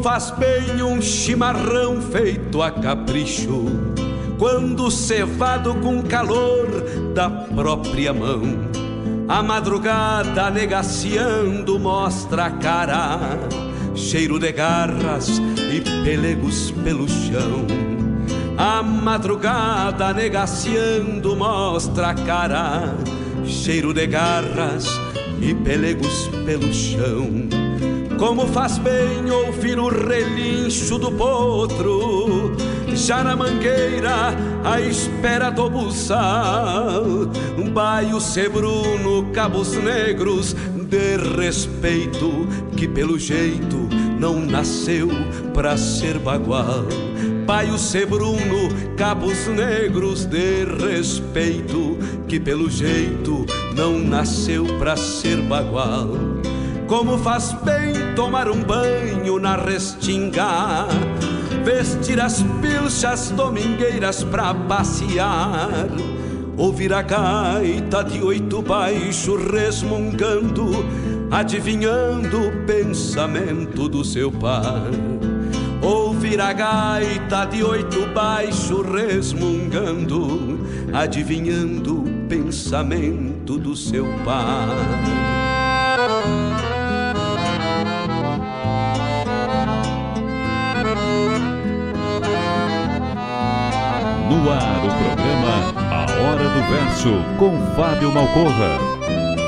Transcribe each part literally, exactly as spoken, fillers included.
faz bem um chimarrão feito a capricho, quando cevado com calor da própria mão. A madrugada negaciando mostra a cara, cheiro de garras e pelegos pelo chão. A madrugada negaciando mostra a cara, cheiro de garras e pelegos pelo chão. Como faz bem ouvir o relincho do potro, já na mangueira à espera do buçal. Baio sebruno, cabos negros de respeito, que pelo jeito não nasceu pra ser bagual. Baio sebruno, cabos negros de respeito, que pelo jeito não nasceu pra ser bagual. Como faz bem tomar um banho na restinga, vestir as pilchas domingueiras pra passear, ouvir a gaita de oito baixo resmungando, adivinhando o pensamento do seu par. Ouvir a gaita de oito baixo resmungando, adivinhando o pensamento do seu par. No ar, o programa A Hora do Verso, com Fábio Malcorra.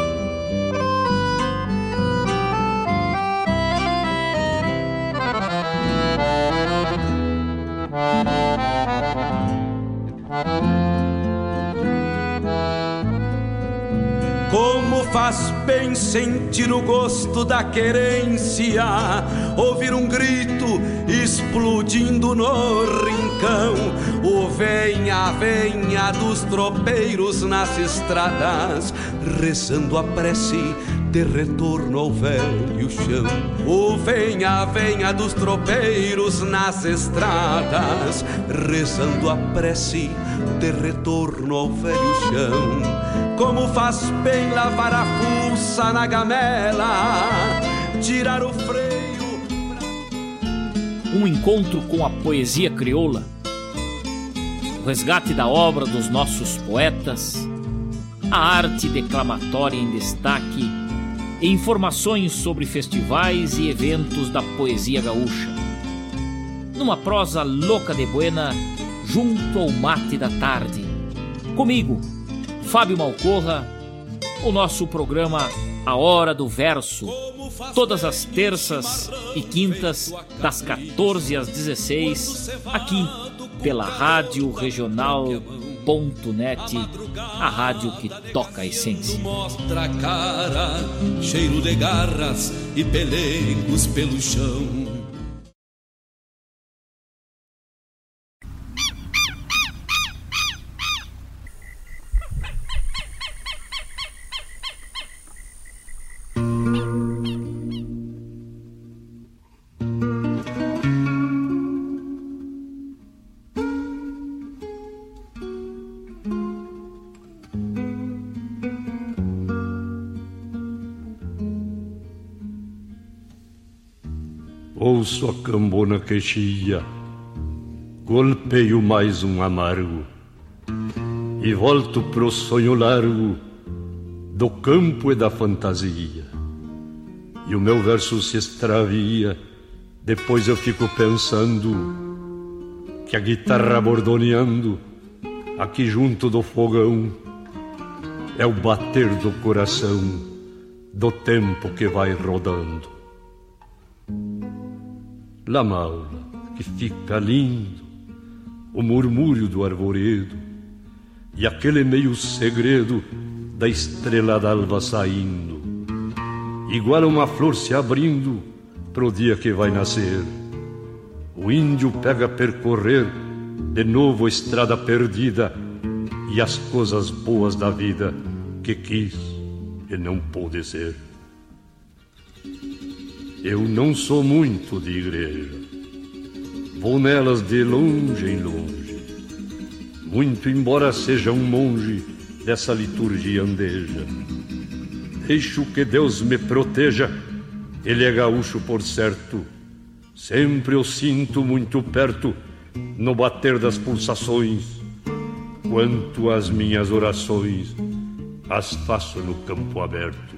Como faz bem sentir o gosto da querência, ouvir um grito explodindo no rincão, o venha, venha dos tropeiros nas estradas, rezando a prece de retorno ao velho chão. O venha, venha dos tropeiros nas estradas, rezando a prece de retorno ao velho chão. Como faz bem lavar a fuça na gamela, tirar o freio pra... Um encontro com a poesia crioula, o resgate da obra dos nossos poetas, a arte declamatória em destaque e informações sobre festivais e eventos da poesia gaúcha. Numa prosa louca de buena, junto ao mate da tarde. Comigo, Fábio Malcorra, o nosso programa A Hora do Verso, todas as terças e quintas, das quatorze às dezesseis, aqui pela Rádio Regional ponto net, a rádio que toca a essência. Mostra a cara, cheiro de garras e pelegos pelo chão. Ouço a cambona que chia, golpeio mais um amargo e volto pro sonho largo do campo e da fantasia. E o meu verso se extravia, depois eu fico pensando que a guitarra bordoneando aqui junto do fogão é o bater do coração do tempo que vai rodando. La maula, que fica lindo, o murmúrio do arvoredo e aquele meio segredo da estrela d'alva saindo, igual a uma flor se abrindo pro dia que vai nascer. O índio pega a percorrer de novo a estrada perdida e as coisas boas da vida que quis e não pôde ser. Eu não sou muito de igreja, vou nelas de longe em longe, muito embora seja um monge dessa liturgia andeja. Deixo que Deus me proteja, ele é gaúcho por certo, sempre eu sinto muito perto no bater das pulsações, quanto às minhas orações as faço no campo aberto.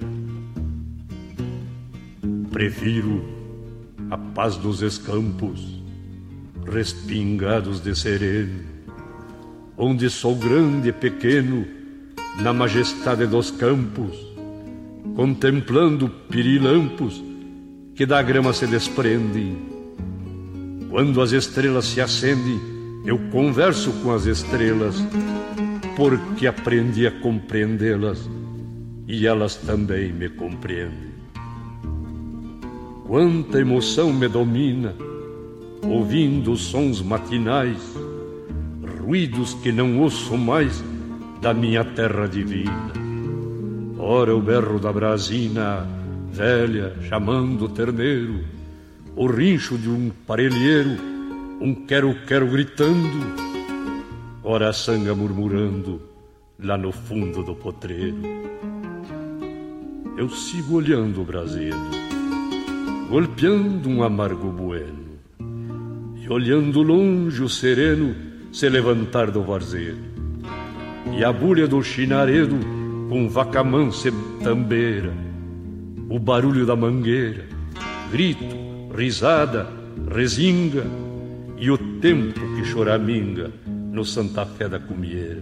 Prefiro a paz dos escampos, respingados de sereno, onde sou grande e pequeno, na majestade dos campos, contemplando pirilampos que da grama se desprendem. Quando as estrelas se acendem, eu converso com as estrelas, porque aprendi a compreendê-las e elas também me compreendem. Quanta emoção me domina, ouvindo os sons matinais, ruídos que não ouço mais da minha terra divina. Ora o berro da brasina velha chamando o terneiro, o rincho de um parelheiro, um quero-quero gritando, ora a sanga murmurando lá no fundo do potreiro. Eu sigo olhando o braseiro, golpeando um amargo bueno, e olhando longe o sereno se levantar do varzedo, e a bulha do chinaredo com vaca mansa e tambeira, o barulho da mangueira, grito, risada, resinga, e o tempo que choraminga no Santa Fé da Cumieira.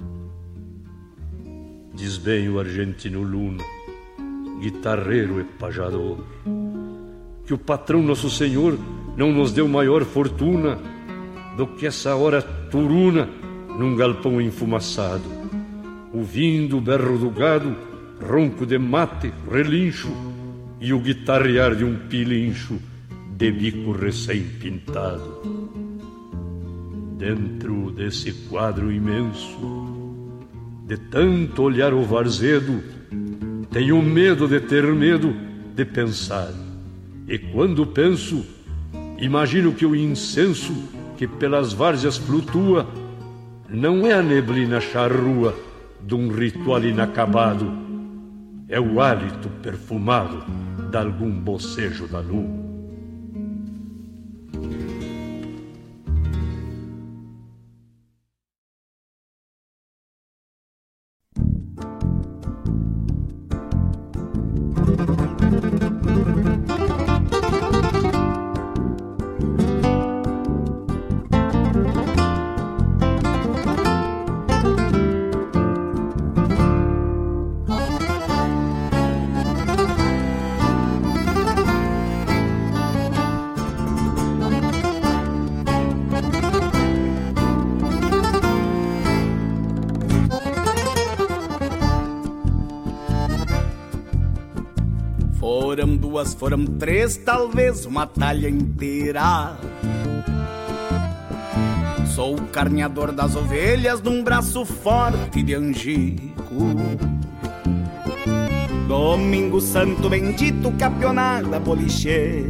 Diz bem o argentino Luna, guitarreiro e pajador, que o patrão Nosso Senhor não nos deu maior fortuna do que essa hora turuna num galpão enfumaçado, ouvindo o berro do gado, ronco de mate, relincho, e o guitarrear de um pilincho de bico recém-pintado. Dentro desse quadro imenso, de tanto olhar o varzedo, tenho medo de ter medo de pensar. E quando penso, imagino que o incenso que pelas várzeas flutua não é a neblina charrua de um ritual inacabado, é o hálito perfumado de algum bocejo da lua. Foram três, talvez uma talha inteira. Sou o carneador das ovelhas num braço forte de angico. Domingo santo bendito, campeonada bolicheia.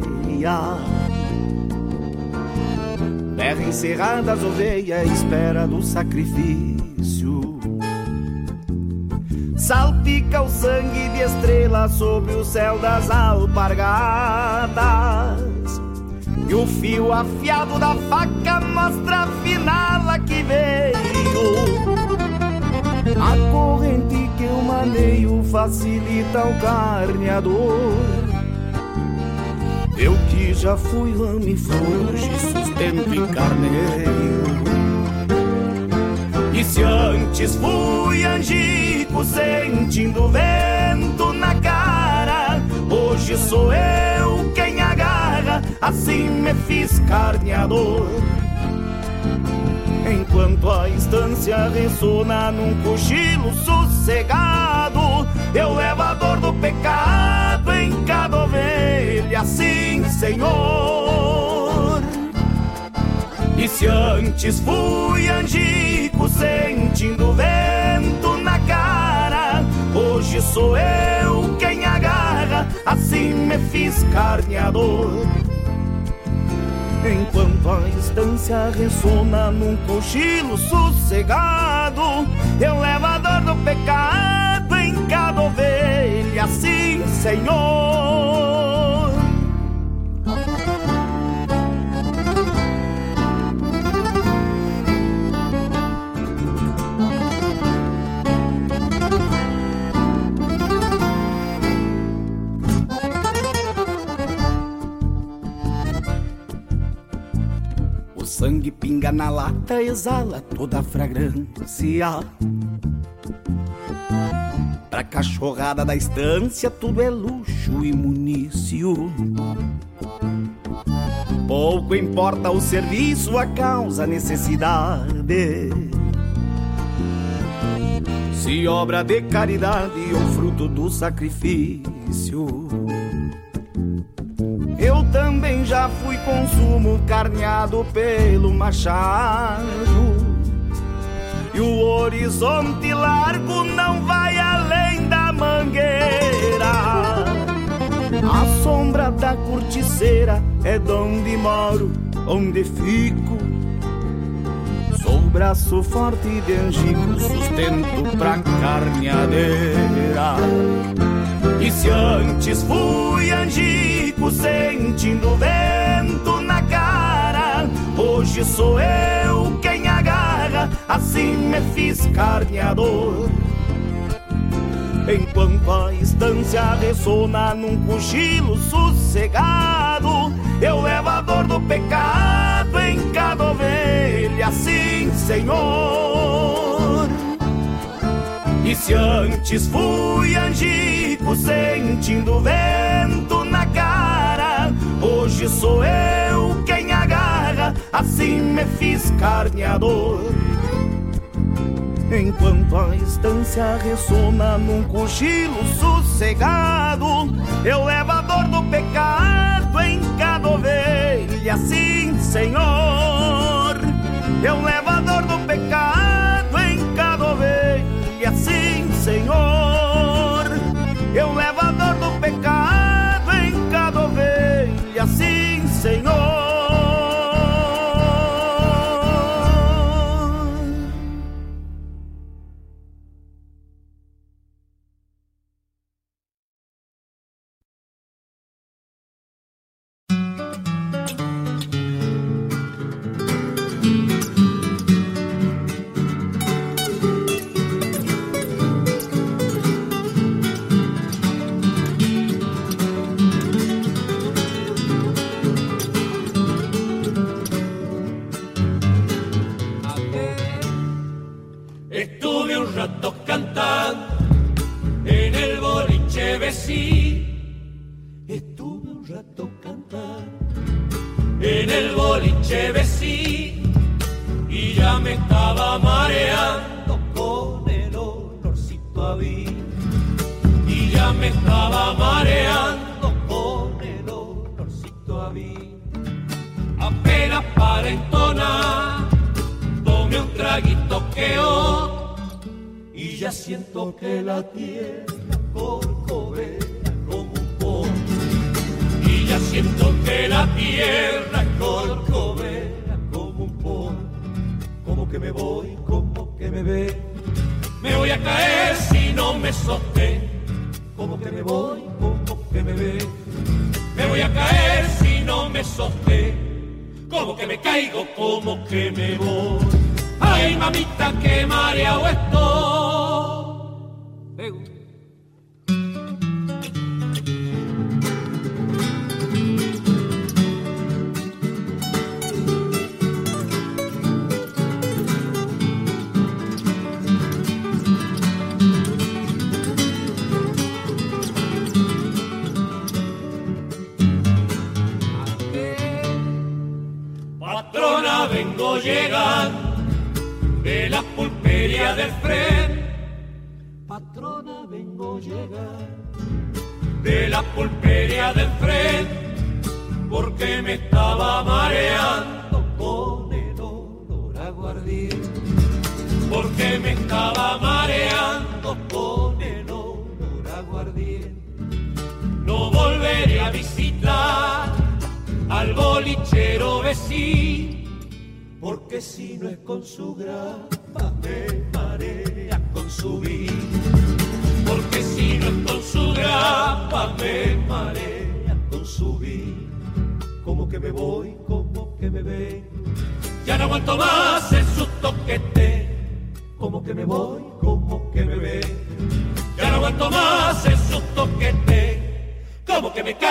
Terra encerrada as ovelhas, espera do sacrifício. Salpica o sangue de estrela sobre o céu das alpargatas, e o fio afiado da faca mostra a finala que veio. A corrente que eu maneio facilita o carneador. Eu que já fui lama e foge, sustento e carneiro. E se antes fui angico sentindo o vento na cara, hoje sou eu quem agarra, assim me fiz carneador. Enquanto a estância ressona num cochilo sossegado, eu levo a dor do pecado em cada ovelha, assim, Senhor. E se antes fui angico sentindo o vento na cara, hoje sou eu quem agarra, assim me fiz carneador. Enquanto a estância ressona num cochilo sossegado, eu levo a dor do pecado em cada ovelha, assim, Senhor. pinga na lata exala toda a fragrância. Pra cachorrada da estância tudo é luxo e munício. Pouco importa o serviço, a causa, a necessidade. Se obra de caridade ou fruto do sacrifício. Eu também já fui consumo carneado pelo machado. E o horizonte largo não vai além da mangueira. A sombra da corticeira é donde moro, onde fico. Sou braço forte de angico, sustento pra carneadeira. E se antes fui angico sentindo vento na cara, hoje sou eu quem agarra, assim me fiz carneador. Enquanto a estância ressona num cochilo sossegado, eu levo a dor do pecado em cada ovelha, sim, Senhor. E se antes fui angico sentindo vento na cara, hoje sou eu quem agarra, assim me fiz carneador. Enquanto a estância ressona num cochilo sossegado, eu levo a dor do pecado em cada ovelha, sim, Senhor. Eu levo a dor do pecado em cada ovelha, sim, Senhor. Eu levo a dor do pecado em cada ovelha, sim, Senhor.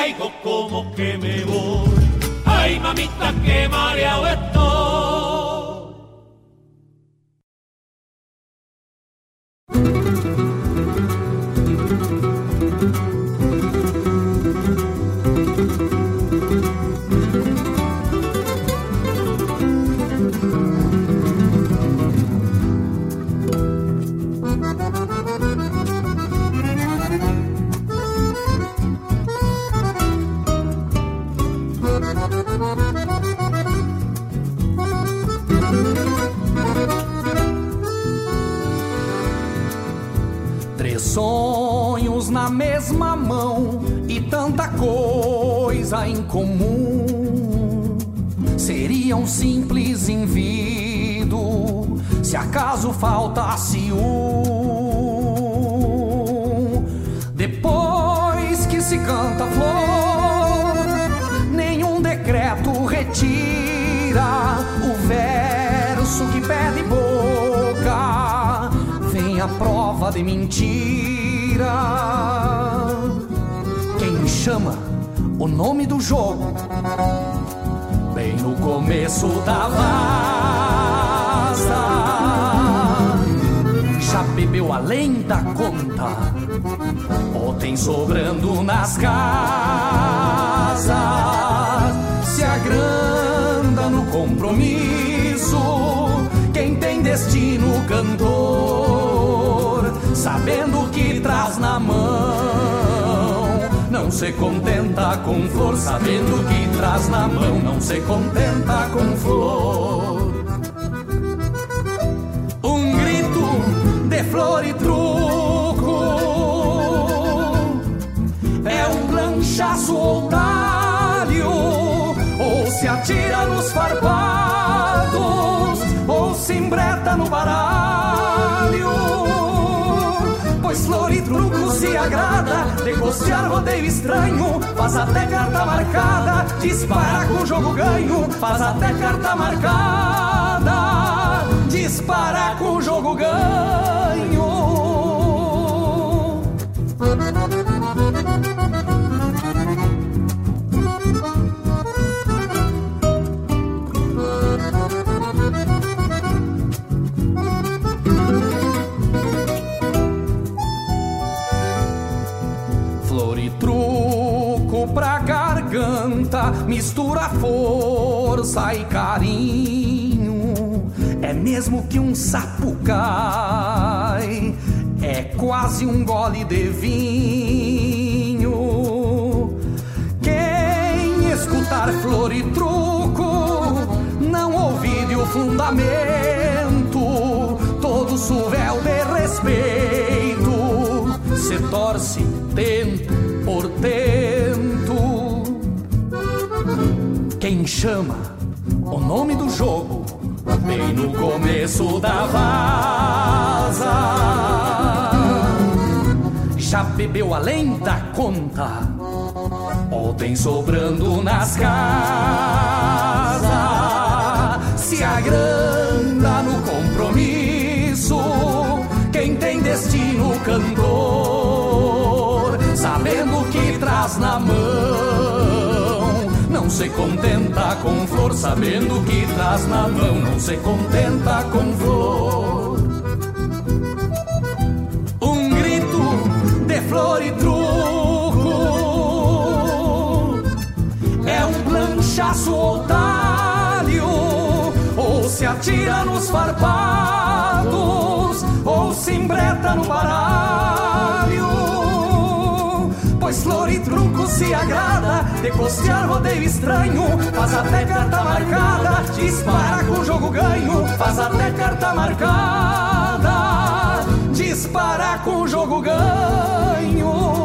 Como que me voy, ay mamita que mareado estoy. Sonhos na mesma mão e tanta coisa em comum seriam simples em vido se acaso faltasse um. Depois que se canta flor, nenhum decreto retira o verso que pede boca. Vem a prova de mentira. Quem chama o nome do jogo bem no começo da vaza já bebeu além da conta ou tem sobrando nas casas, se agranda no compromisso quem tem destino cantor, sabendo que traz na mão, não se contenta com flor, sabendo que traz na mão, não se contenta com flor. Um grito de flor e truco é um planchaço ou talho, ou se atira nos farpados, ou se embreta no baralho, pois flor e truco se agrada de costear rodeio estranho, faz até carta marcada, dispara com jogo ganho, faz até carta marcada, dispara com jogo ganho. Pra garganta, mistura força e carinho. É mesmo que um sapo cai, é quase um gole de vinho. Quem escutar flor e truco não ouvide o fundamento, todo suvel de respeito se torce tento por tento. Quem chama o nome do jogo bem no começo da vaza já bebeu além da conta ou tem sobrando nas casas, se agranda no compromisso quem tem destino cantor, sabendo que traz na mão, não se contenta com flor, sabendo que traz na mão, não se contenta com flor. Um grito de flor e truco é um planchaço ou talho, ou se atira nos farpados, ou se embreta no baralho, pois flor e truco se agrada de costear rodeio estranho, faz até carta marcada, dispara com jogo ganho, faz até carta marcada, dispara com jogo ganho.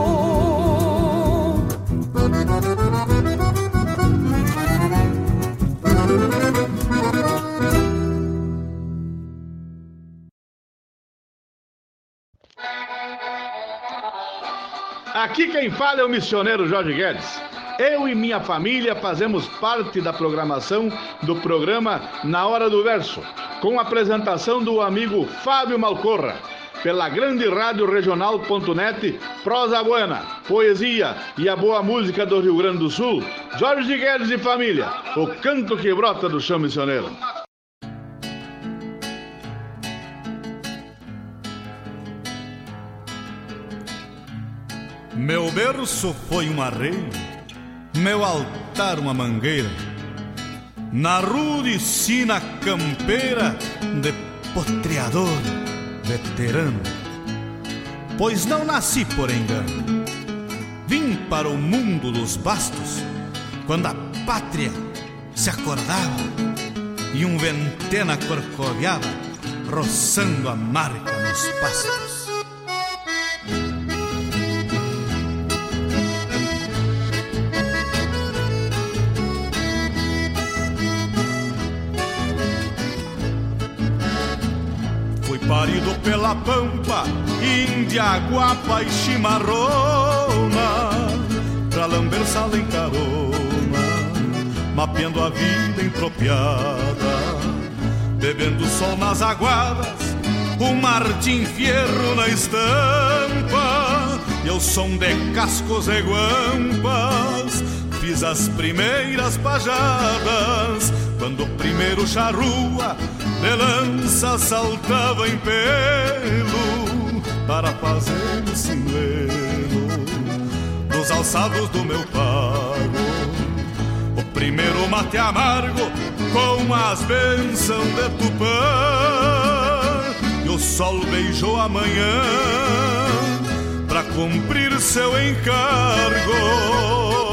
Aqui quem fala é o missioneiro Jorge Guedes. Eu e minha família fazemos parte da programação do programa Na Hora do Verso, com a apresentação do amigo Fábio Malcorra, pela grande rádio regional ponto net, prosa buena, poesia e a boa música do Rio Grande do Sul. Jorge Guedes e família, o canto que brota do chão missioneiro. Meu berço foi um arreio, meu altar uma mangueira, na rude sina campeira de potreador veterano. Pois não nasci por engano, vim para o mundo dos bastos quando a pátria se acordava e um ventena corcoviava, roçando a marca nos pastos. Fui parido pela pampa, índia, guapa e chimarrona, pra lamber sala em carona, mapeando a vida entropiada, bebendo sol nas aguadas, o Martim Fierro na estampa, e ao som de cascos e guampas fiz as primeiras pajadas, quando o primeiro charrua de lança saltava em pelo para fazer o sinlelo dos alçados do meu pago. O primeiro mate amargo com as bênçãos de Tupã, e o sol beijou a manhã pra cumprir seu encargo.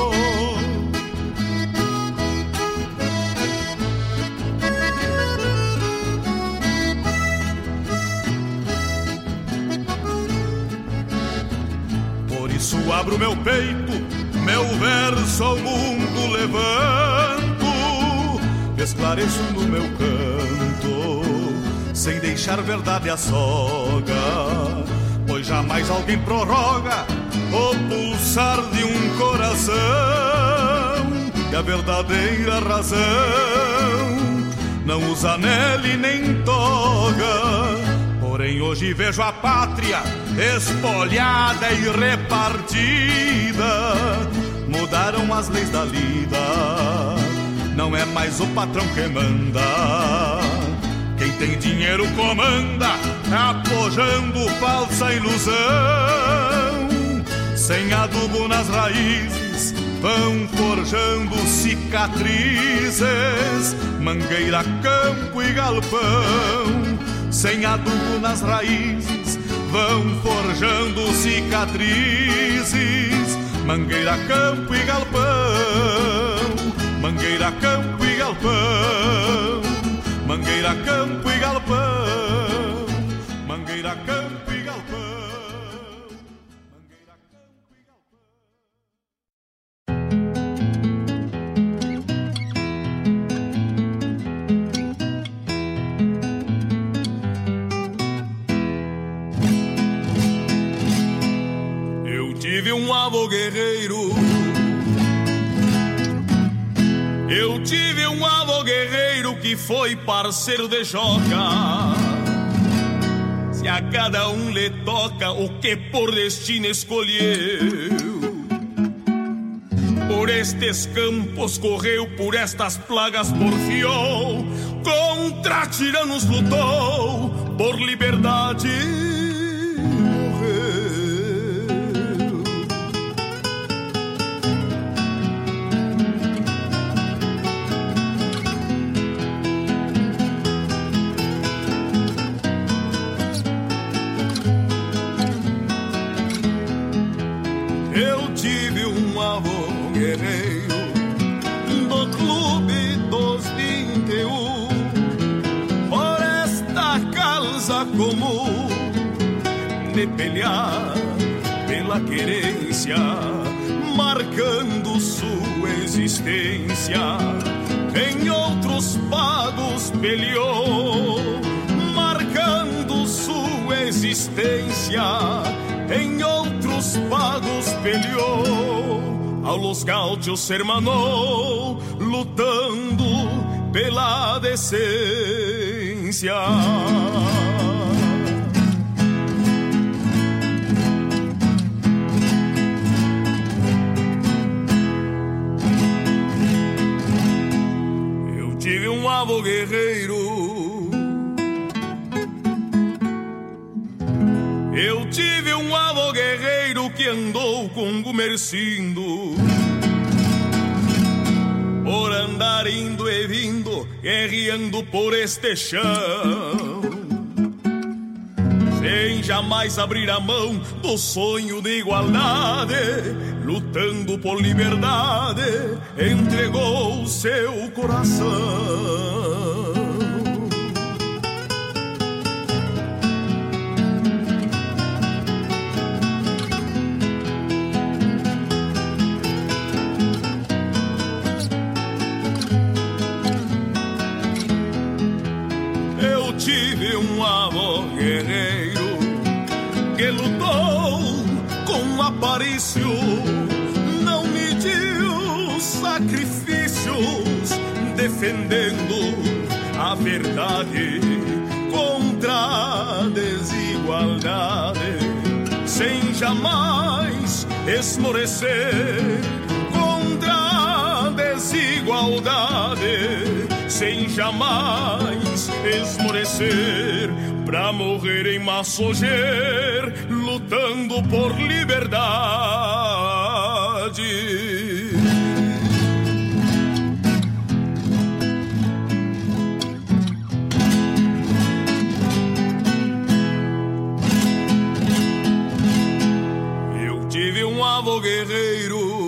Por isso abro meu peito, meu verso ao mundo levanto, esclareço no meu canto, sem deixar verdade a soga, pois jamais alguém prorroga o pulsar de um coração, e a verdadeira razão não usa nele nem toga. Porém hoje vejo a pátria espolhada e repartida, mudaram as leis da lida, não é mais o patrão que manda, quem tem dinheiro comanda, apojando falsa ilusão. Sem adubo nas raízes vão forjando cicatrizes, mangueira, campo e galpão. Sem adubo nas raízes vão forjando cicatrizes, mangueira, campo e galpão. Mangueira, campo e galpão. Mangueira, campo e galpão. Mangueira, campo e galpão. Mangueira, campo e galpão. Eu tive um avô guerreiro. Eu tive um avô guerreiro que foi parceiro de joca. Se a cada um lhe toca o que por destino escolheu, por estes campos correu, por estas plagas porfiou, contra tiranos lutou, por liberdade morreu. Eu tive um avô guerreiro do clube dos vinte e um, por esta causa comum de pelear pela querência, marcando sua existência. Em outros pagos peleou, marcando sua existência. Em outros pagos peleou, ao los gauchos se hermanou, lutando pela decência. Eu tive um avô guerreiro. Eu tive um avô guerreiro que andou gungo mercindo, por andar indo e vindo, guerreando por este chão, sem jamais abrir a mão do sonho de igualdade, lutando por liberdade, entregou seu coração. Eu tive um avô guerreiro que lutou com aparício, não mediu sacrifícios, defendendo a verdade contra a desigualdade, sem jamais esmorecer contra a desigualdade, sem jamais esmorecer, pra morrer em Massoger, lutando por liberdade. Eu tive um avô guerreiro,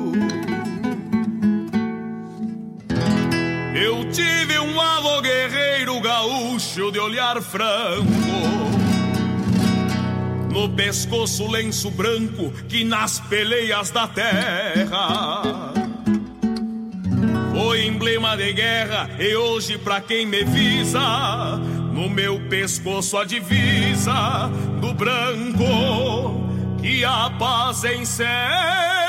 eu tive um avô guerreiro gaúcho de olhar franco, no pescoço lenço branco que nas peleias da terra foi emblema de guerra, e hoje pra quem me visa, no meu pescoço a divisa do branco que a paz encerra.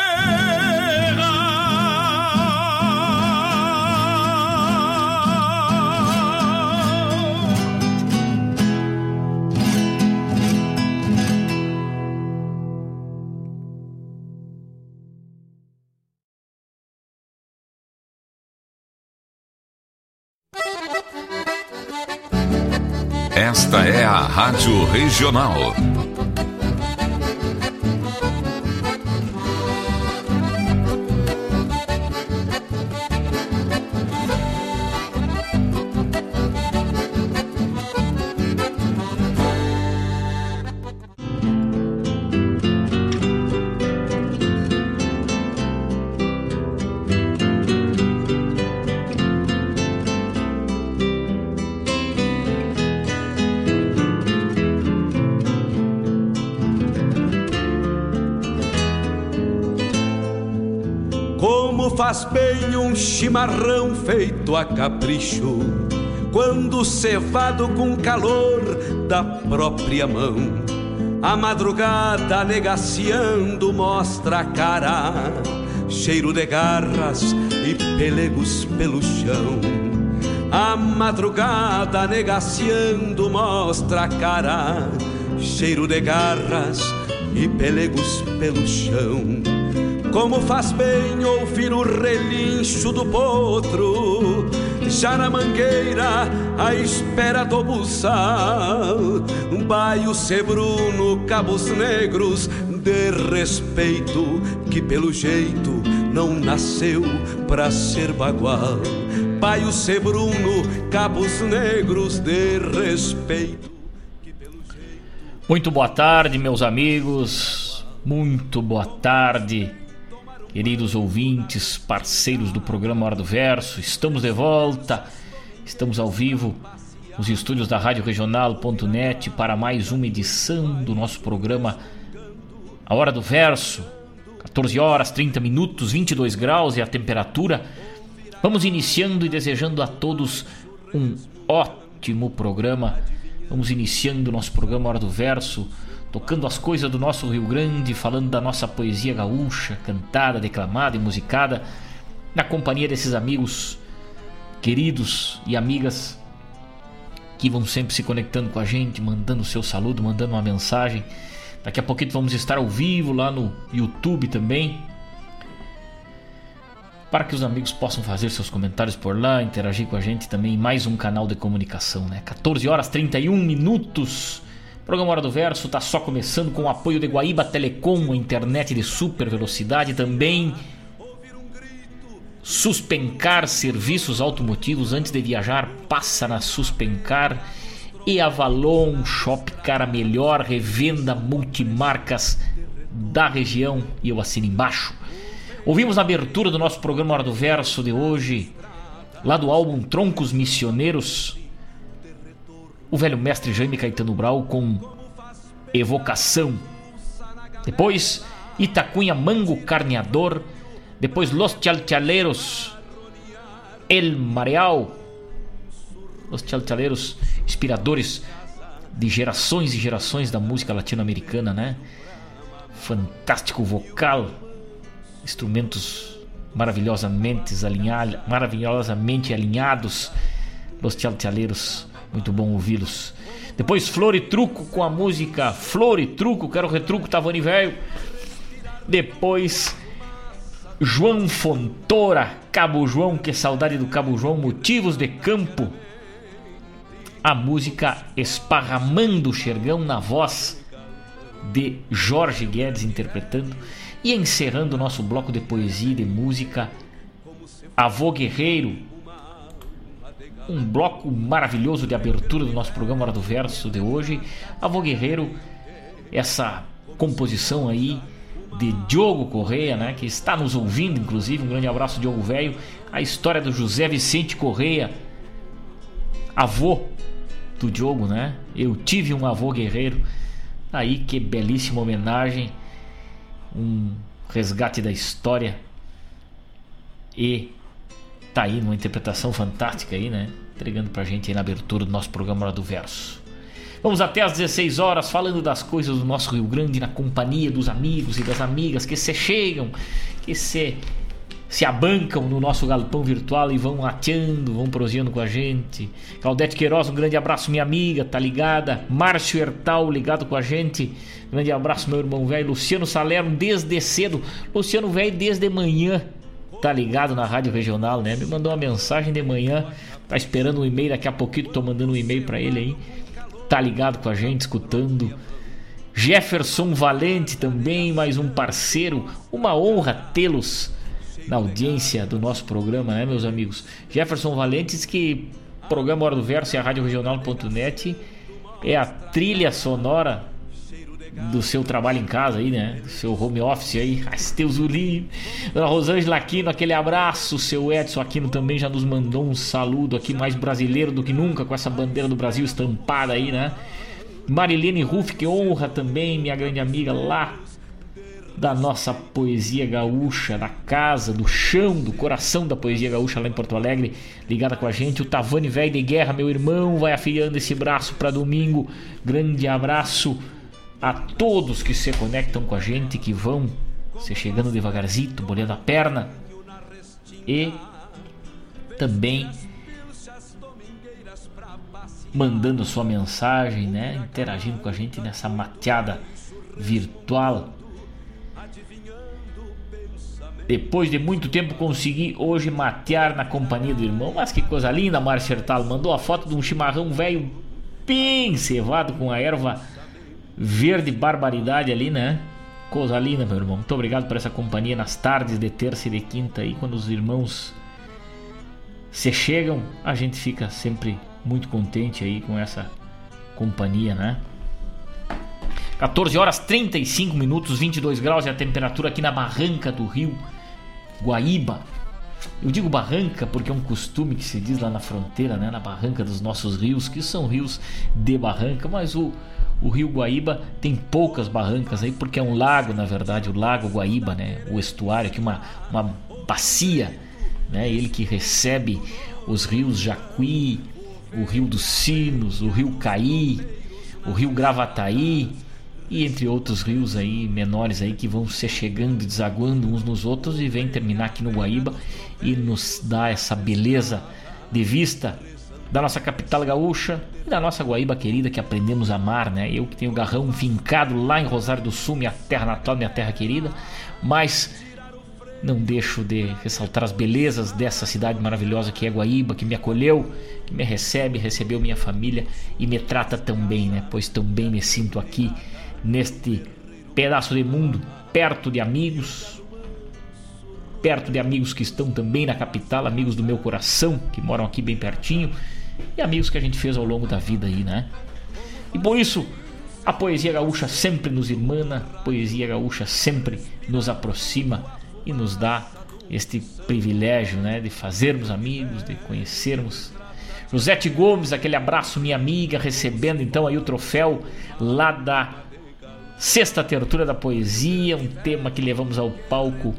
Esta é a Rádio Regional. Faz bem um chimarrão feito a capricho, quando cevado com calor da própria mão. A madrugada negaciando mostra a cara, cheiro de garras e pelegos pelo chão. A madrugada negaciando mostra a cara, cheiro de garras e pelegos pelo chão. Como faz bem ouvir o relincho do potro, já na mangueira à espera do buçal. Um baio sebruno, cabos negros de respeito, que pelo jeito não nasceu pra ser bagual. Baio sebruno, cabos negros de respeito, que pelo jeito... Muito boa tarde, meus amigos, muito boa tarde, queridos ouvintes, parceiros do programa Hora do Verso. Estamos de volta, estamos ao vivo nos estúdios da rádio regional ponto net para mais uma edição do nosso programa A Hora do Verso. catorze horas, trinta minutos, vinte e dois graus é a temperatura. Vamos iniciando e desejando a todos um ótimo programa. Vamos iniciando o nosso programa Hora do Verso, tocando as coisas do nosso Rio Grande, falando da nossa poesia gaúcha, cantada, declamada e musicada, na companhia desses amigos queridos e amigas que vão sempre se conectando com a gente, mandando o seu saludo, mandando uma mensagem. Daqui a pouquinho vamos estar ao vivo lá no YouTube também, para que os amigos possam fazer seus comentários por lá, interagir com a gente também em mais um canal de comunicação, né? catorze horas, trinta e um minutos. programa Hora do Verso está só começando com o apoio de Guaíba Telecom, a internet de super velocidade. Também Suspencar Serviços Automotivos. Antes de viajar, passa na Suspencar. E Avalon Shopcar, a melhor revenda multimarcas da região. E eu assino embaixo. Ouvimos na abertura do nosso programa Hora do Verso de hoje, lá do álbum Troncos Missioneiros, o velho mestre Jaime Caetano Brau com Evocação. Depois Itacunha Mango Carneador. Depois Los Chalchaleros, El Mareal. Los Chalchaleros, inspiradores de gerações e gerações da música latino-americana, né? Fantástico vocal, instrumentos maravilhosamente alinhados, maravilhosamente alinhados. Los Chalchaleros, muito bom ouvi-los. Depois Flor e Truco com a música Flor e Truco, quero retruco, Tavani Velho. Depois João Fontoura, Cabo João, que saudade do Cabo João, Motivos de Campo. A música Esparramando o Xergão, na voz de Jorge Guedes interpretando. E encerrando o nosso bloco de poesia e de música, Avô Guerreiro, um bloco maravilhoso de abertura do nosso programa Hora do Verso de hoje. Avô Guerreiro, essa composição aí de Diogo Correia, né, que está nos ouvindo, inclusive. Um grande abraço, Diogo Velho. A história do José Vicente Correia, avô do Diogo, né? Eu tive um avô guerreiro. Aí, que belíssima homenagem, um resgate da história. E tá aí numa interpretação fantástica aí, né? Entregando pra gente aí na abertura do nosso programa Hora do Verso. Vamos até às dezesseis horas falando das coisas do nosso Rio Grande, na companhia dos amigos e das amigas que se chegam, que se, se abancam no nosso galpão virtual e vão ateando, vão proseando com a gente. Claudete Queiroz, um grande abraço, minha amiga, tá ligada. Márcio Hertal, ligado com a gente. Grande abraço, meu irmão velho. Luciano Salerno, desde cedo. Luciano velho, desde manhã, tá ligado na Rádio Regional, né? Me mandou uma mensagem de manhã, tá esperando um e-mail, daqui a pouquinho tô mandando um e-mail pra ele aí. Tá ligado com a gente, escutando. Jefferson Valente também, mais um parceiro. Uma honra tê-los na audiência do nosso programa, né, meus amigos? Jefferson Valente diz que o programa Hora do Verso e a rádio regional ponto net é a trilha sonora do seu trabalho em casa aí, né? Do seu home office aí. Teus Uli. Dona Rosângela Aquino, aquele abraço. O seu Edson Aquino também já nos mandou um saludo aqui, mais brasileiro do que nunca, com essa bandeira do Brasil estampada aí, né? Marilene Ruff, que honra também, minha grande amiga lá da nossa poesia gaúcha, da casa, do chão, do coração da poesia gaúcha lá em Porto Alegre, ligada com a gente. O Tavani Velho de Guerra, meu irmão, vai afiando esse braço para domingo. Grande abraço a todos que se conectam com a gente, que vão se chegando devagarzito, bolhando a perna. E também mandando sua mensagem, né? Interagindo com a gente nessa mateada virtual. Depois de muito tempo consegui hoje matear na companhia do irmão. Mas que coisa linda, Márcio Hertal. Mandou a foto de um chimarrão velho bem cevado com a erva verde barbaridade ali, né? Coisa linda, meu irmão. Muito obrigado por essa companhia nas tardes de terça e de quinta aí, quando os irmãos se chegam, a gente fica sempre muito contente aí com essa companhia, né? catorze horas trinta e cinco minutos, vinte e dois graus é a temperatura aqui na barranca do Rio Guaíba. Eu digo barranca porque é um costume que se diz lá na fronteira, né? Na barranca dos nossos rios, que são rios de barranca, mas o O Rio Guaíba tem poucas barrancas aí, porque é um lago, na verdade, o Lago Guaíba, né? O estuário aqui, uma, uma bacia, né? Ele que recebe os rios Jacuí, o Rio dos Sinos, o Rio Caí, o Rio Gravataí e entre outros rios aí menores aí que vão se chegando e desaguando uns nos outros e vem terminar aqui no Guaíba e nos dá essa beleza de vista da nossa capital gaúcha e da nossa Guaíba querida, que aprendemos a amar, né? Eu que tenho o garrão fincado lá em Rosário do Sul, minha terra natal, minha terra querida, mas Não deixo de ressaltar as belezas dessa cidade maravilhosa que é Guaíba, que me acolheu, que me recebe, recebeu minha família e me trata tão bem, né? Pois tão bem me sinto aqui neste pedaço de mundo, perto de amigos, perto de amigos que estão também na capital, amigos do meu coração, que moram aqui bem pertinho, e amigos que a gente fez ao longo da vida aí, né? E por isso, a poesia gaúcha sempre nos irmana, a poesia gaúcha sempre nos aproxima e nos dá este privilégio, né, de fazermos amigos, de conhecermos. Josete Gomes, aquele abraço, minha amiga, recebendo então aí o troféu lá da Sexta Tertúlia da Poesia, um tema que levamos ao palco,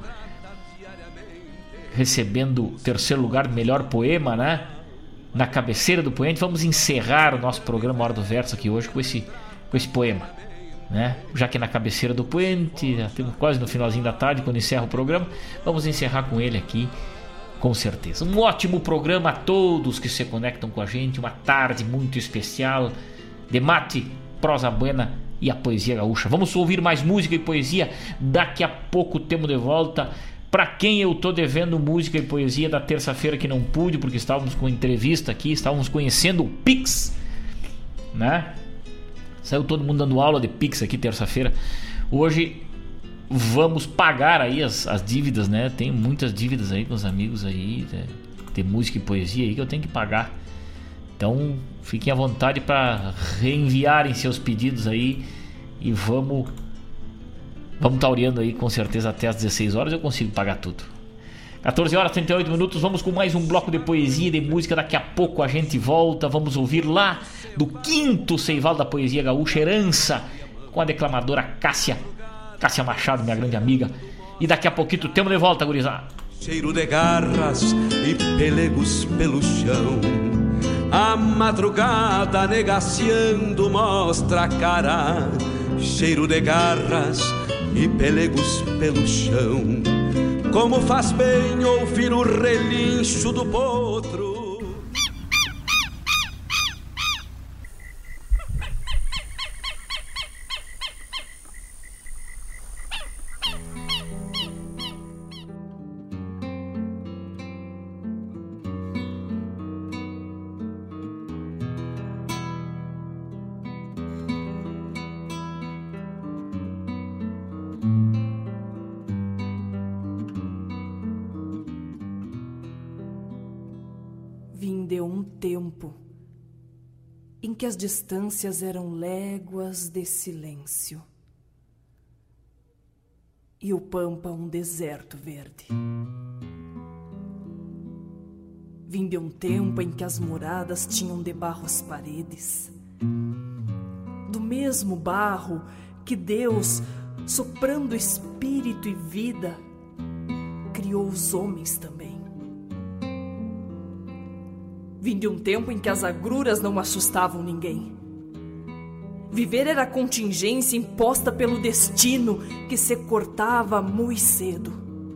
recebendo o terceiro lugar do melhor poema, né, na cabeceira do poente. Vamos encerrar o nosso programa Hora do Verso aqui hoje com esse, com esse poema, né? Já que na cabeceira do poente, já temos quase no finalzinho da tarde, quando encerra o programa, vamos encerrar com ele aqui, com certeza. Um ótimo programa a todos que se conectam com a gente, uma tarde muito especial de mate, prosa buena e a poesia gaúcha. Vamos ouvir mais música e poesia, daqui a pouco temos de volta. Para quem eu tô devendo música e poesia da terça-feira que não pude, porque estávamos com entrevista aqui, estávamos conhecendo o Pix, né? Saiu todo mundo dando aula de Pix aqui terça-feira. Hoje vamos pagar aí as, as dívidas, né? Tenho muitas dívidas aí com os amigos aí, né? De música e poesia aí que eu tenho que pagar. Então fiquem à vontade para reenviarem seus pedidos aí e vamos vamos tauriando aí, com certeza até às dezesseis horas eu consigo pagar tudo. catorze horas e trinta e oito minutos, vamos com mais um bloco de poesia e de música. Daqui a pouco a gente volta, vamos ouvir lá do quinto Seival da Poesia Gaúcha, Herança, com a declamadora Cássia, Cássia Machado, minha grande amiga. E daqui a pouquinho temos de volta, gurizada. Cheiro de garras e pelegos pelo chão, a madrugada negaciando mostra a cara. Cheiro de garras e pelegos pelo chão, como faz bem ouvir o relincho do potro. Deu um tempo em que as distâncias eram léguas de silêncio e o pampa um deserto verde. Vim de um tempo em que as moradas tinham de barro as paredes, do mesmo barro que Deus, soprando espírito e vida, criou os homens também. Vim de um tempo em que as agruras não assustavam ninguém. Viver era a contingência imposta pelo destino que se cortava muito cedo.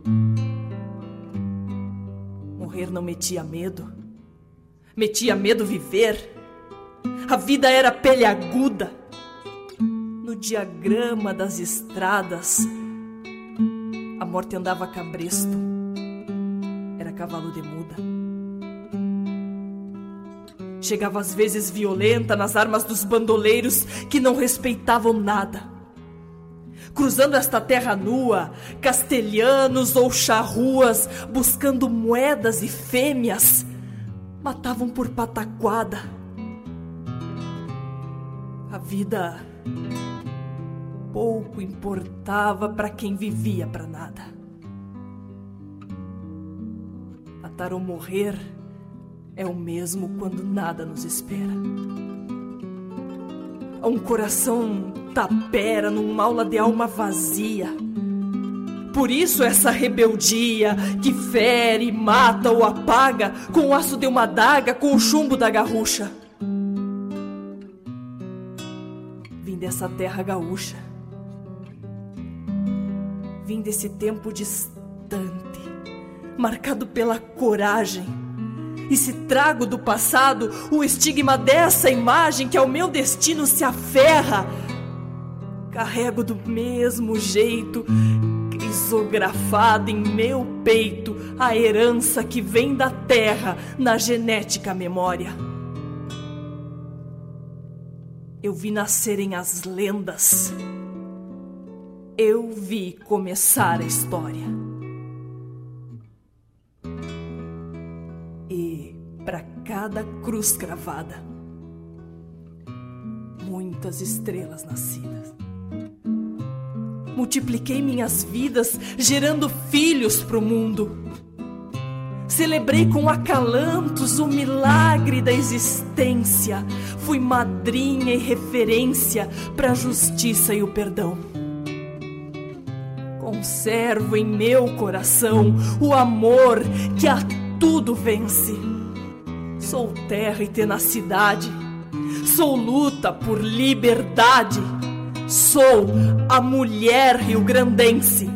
Morrer não metia medo. Metia medo viver. A vida era pele aguda. No diagrama das estradas, a morte andava cabresto. Era cavalo de muda. Chegava às vezes violenta nas armas dos bandoleiros que não respeitavam nada. Cruzando esta terra nua, castelhanos ou charruas, buscando moedas e fêmeas, matavam por pataquada. A vida pouco importava para quem vivia para nada. Matar ou morrer é o mesmo quando nada nos espera. Um coração tapera numa aula de alma vazia. Por isso essa rebeldia que fere, mata ou apaga com o aço de uma adaga, com o chumbo da garrucha. Vim dessa terra gaúcha. Vim desse tempo distante, marcado pela coragem. E se trago do passado o estigma dessa imagem que ao meu destino se aferra, carrego do mesmo jeito risografada em meu peito a herança que vem da terra na genética memória. Eu vi nascerem as lendas. Eu vi começar a história. E para cada cruz cravada, muitas estrelas nascidas. Multipliquei minhas vidas, gerando filhos pro mundo. Celebrei com acalantos o milagre da existência. Fui madrinha e referência pra justiça e o perdão. Conservo em meu coração o amor que a tudo vence. Sou terra e tenacidade. Sou luta por liberdade. Sou a mulher rio-grandense.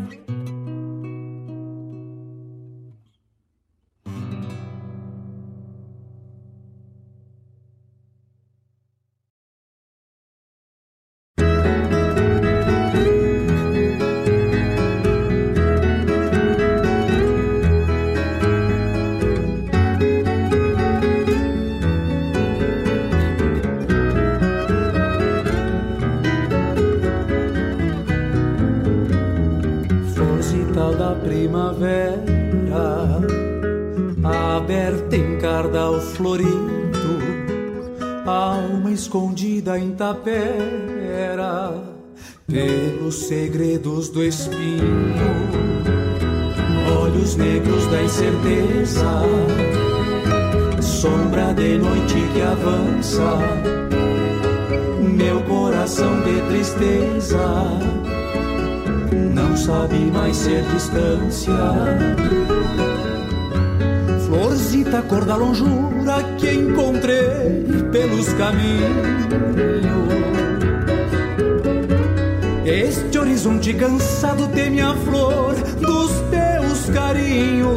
Florido, alma escondida em tapera, pelos segredos do espinho, olhos negros da incerteza, sombra de noite que avança, meu coração de tristeza, não sabe mais ser distância. Florzita, cor da longura que encontrei pelos caminhos. Este horizonte cansado teme a flor dos teus carinhos.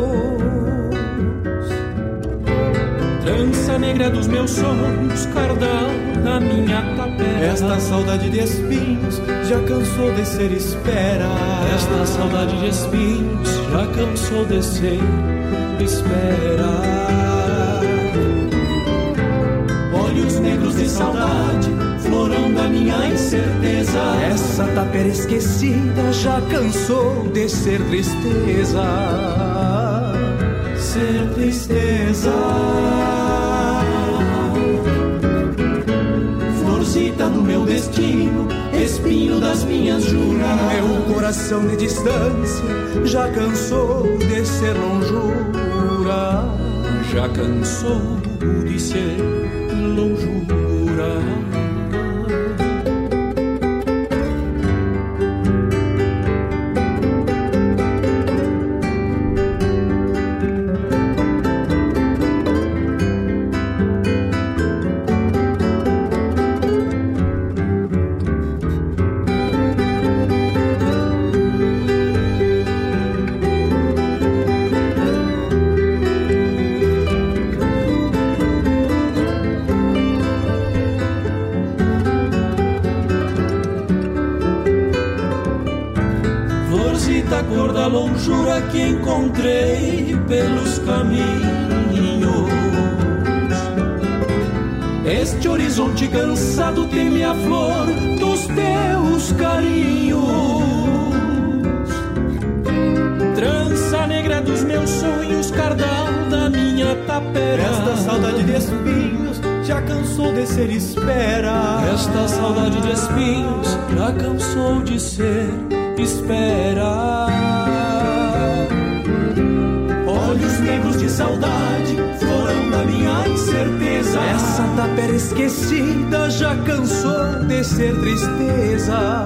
Trança negra dos meus sonhos, cardal na minha capela. Esta saudade de espinhos já cansou de ser espera. Esta saudade de espinhos já cansou de ser espera. Olhos negros de saudade, florão da minha incerteza. Essa tapera esquecida já cansou de ser tristeza. Ser tristeza. Florzita do meu destino, espinho das minhas juras. Meu coração de distância já cansou de ser longura. Já cansou de ser longura. Cor da longura que encontrei pelos caminhos. Este horizonte cansado teme a flor dos teus carinhos. Trança negra dos meus sonhos, cardal da minha tapera. Esta saudade de espinhos já cansou de ser espera. Esta saudade de espinhos já cansou de ser espera. Olhos negros de saudade, florão da minha incerteza. Essa tapera esquecida já cansou de ser tristeza.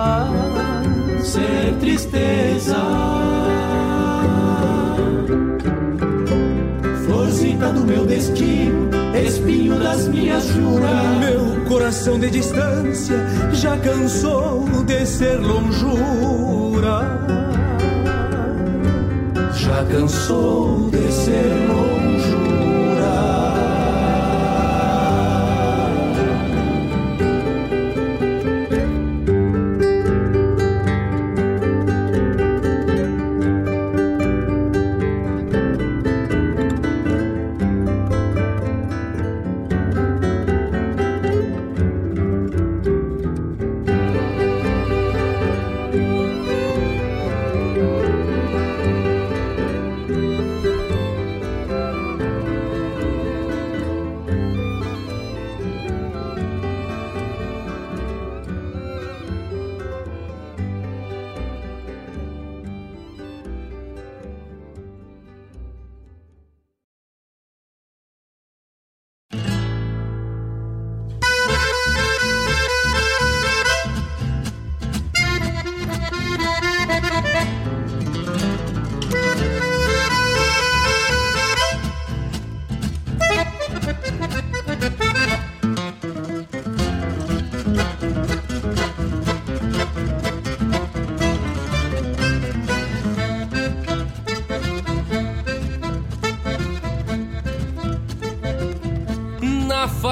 Ser tristeza. Florzita do meu destino, espinho das minhas juras. Meu coração de distância já cansou de ser longura. Já cansou de ser longura.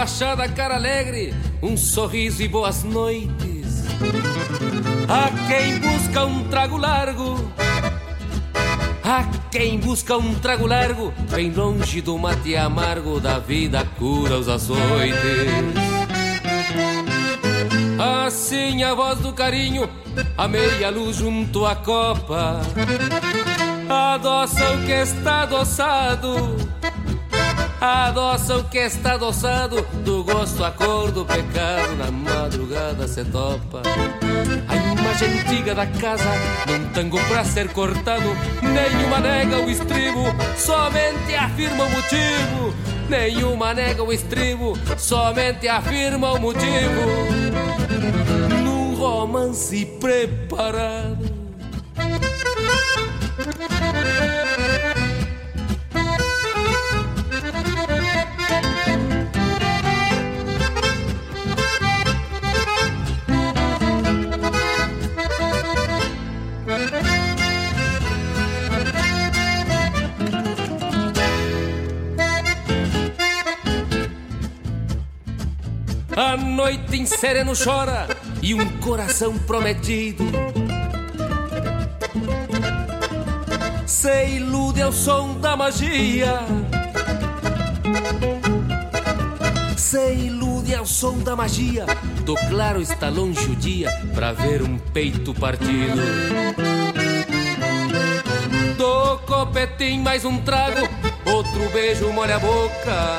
machada, cara alegre, um sorriso e boas noites. A quem busca um trago largo, a quem busca um trago largo, bem longe do mate amargo, da vida cura os açoites. Assim a voz do carinho, a meia luz junto à copa, adoça o que está adoçado, adoça o que está adoçado, do gosto à cor do pecado, na madrugada se topa. A imagem antiga da casa, num tango pra ser cortado, nenhuma nega o estribo, somente afirma o motivo. Nenhuma nega o estribo, somente afirma o motivo. Num romance preparado, a noite em sereno chora e um coração prometido se ilude ao som da magia, se ilude ao som da magia. Do claro está longe o dia pra ver um peito partido. Do copetim mais um trago, outro beijo molha a boca.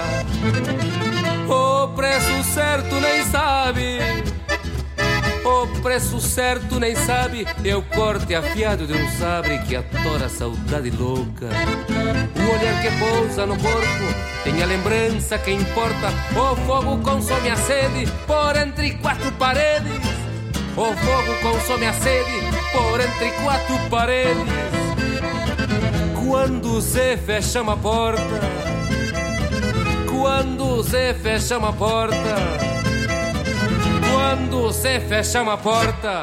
O preço certo nem sabe, o preço certo nem sabe, é o corte afiado de um sabre que atora a saudade louca. O olhar que pousa no corpo tem a lembrança que importa. O fogo consome a sede por entre quatro paredes. O fogo consome a sede por entre quatro paredes. Quando se fecha uma porta, quando se fecha uma porta, quando se fecha uma porta.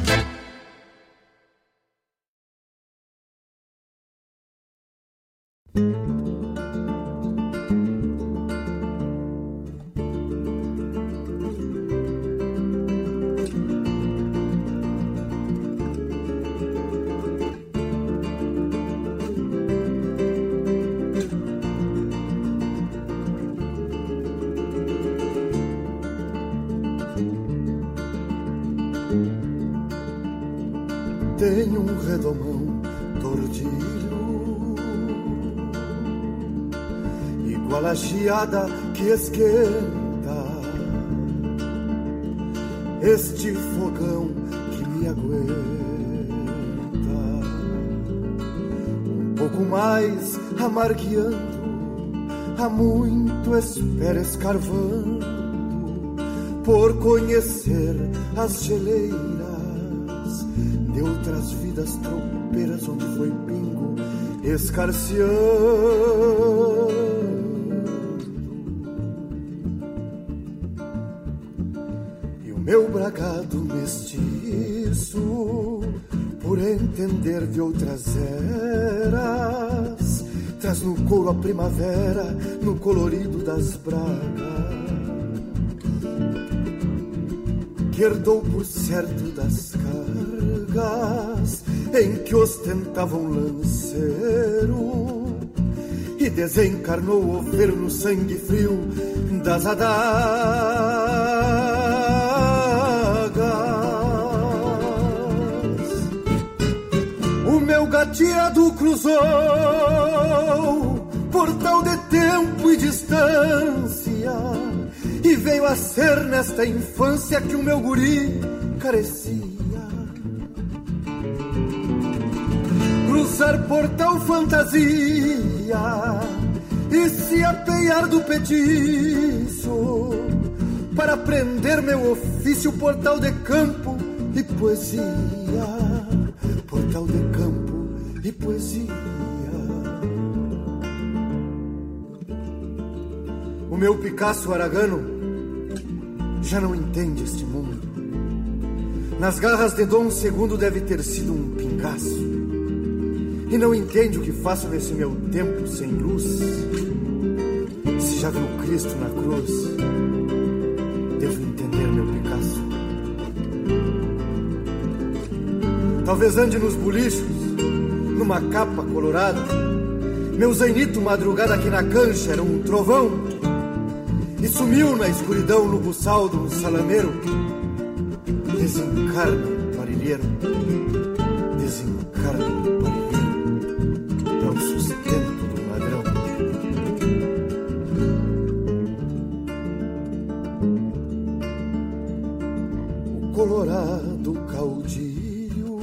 Tenho um redomão tordilho, igual a geada que esquenta este fogão que me aguenta. Um pouco mais amargueando, há muito espera escarvando por conhecer as geleiras de outras vidas tropeiras onde foi pingo escarceando. E o meu bragado mestiço, por entender de outras eras, traz no couro a primavera, no colorido das bragas, que herdou por certo das cargas em que ostentava um lanceiro e desencarnou o ver no sangue frio das adagas. O meu gateado cruzou portal de tempo e distância e veio a ser nesta infância que o meu guri carecia. Cruzar portal fantasia e se apear do petiço para aprender meu ofício, portal de campo e poesia. Portal de campo e poesia. O meu Picasso aragano já não entende este mundo. Nas garras de Dom Segundo deve ter sido um pingaço. E não entende o que faço nesse meu tempo sem luz. Se Se já viu Cristo na cruz, devo entender meu Picasso. Talvez ande nos bolichos, numa capa colorada. Meu zainito madrugada aqui na cancha era um trovão, e sumiu na escuridão no buçal de um salameiro. Desencarna o parilheiro, desencarna o parilheiro, é o sustento do ladrão. O colorado caudilho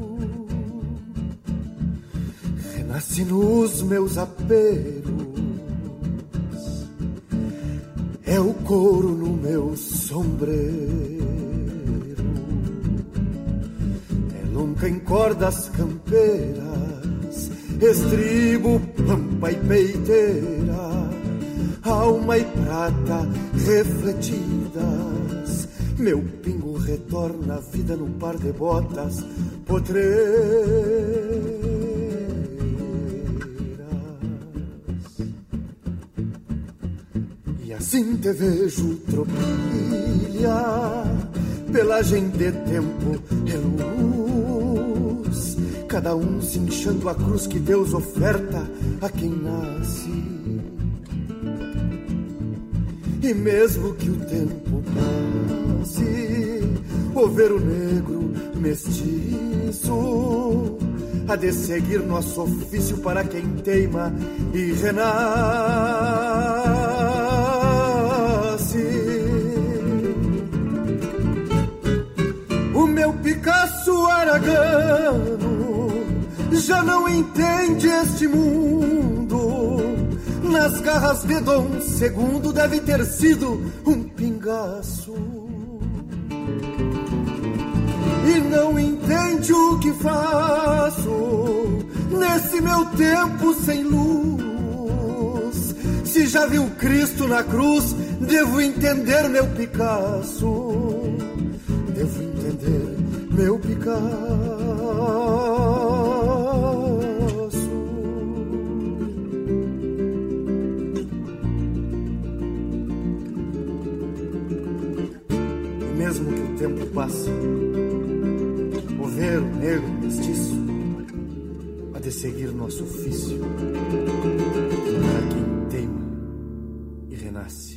renasce nos meus aperos, é o couro no meu sombreiro, nunca em cordas campeiras, estribo, pampa e peiteira, alma e prata refletidas. Meu pingo retorna à vida num par de botas potreiras. E assim te vejo tropilha, pelagem de tempo e luz, cada um se inchando a cruz que Deus oferta a quem nasce. E mesmo que o tempo passe, o ver o negro mestiço há de seguir nosso ofício para quem teima e renasce. O meu Picasso aragano já não entende este mundo. Nas garras de Dom Segundo deve ter sido um pingaço. E não entende o que faço nesse meu tempo sem luz. Se já viu Cristo na cruz, devo entender meu Picasso. Devo entender meu Picasso. E mesmo que o tempo passe, o ver o negro mestiço há de seguir nosso ofício para quem teima e renasce.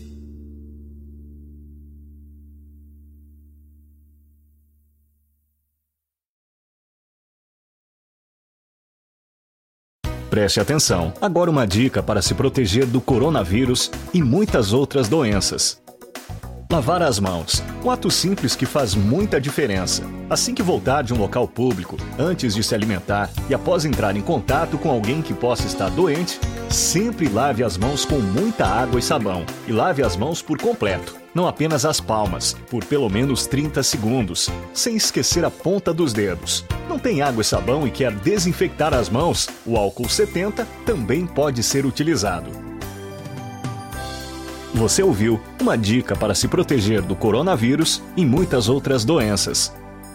Preste atenção, agora uma dica para se proteger do coronavírus e muitas outras doenças. Lavar as mãos, um ato simples que faz muita diferença. Assim que voltar de um local público, antes de se alimentar e após entrar em contato com alguém que possa estar doente, sempre lave as mãos com muita água e sabão. E lave as mãos por completo, não apenas as palmas, por pelo menos trinta segundos, sem esquecer a ponta dos dedos. Não tem água e sabão e quer desinfectar as mãos? O álcool setenta também pode ser utilizado. Você ouviu uma dica para se proteger do coronavírus e muitas outras doenças.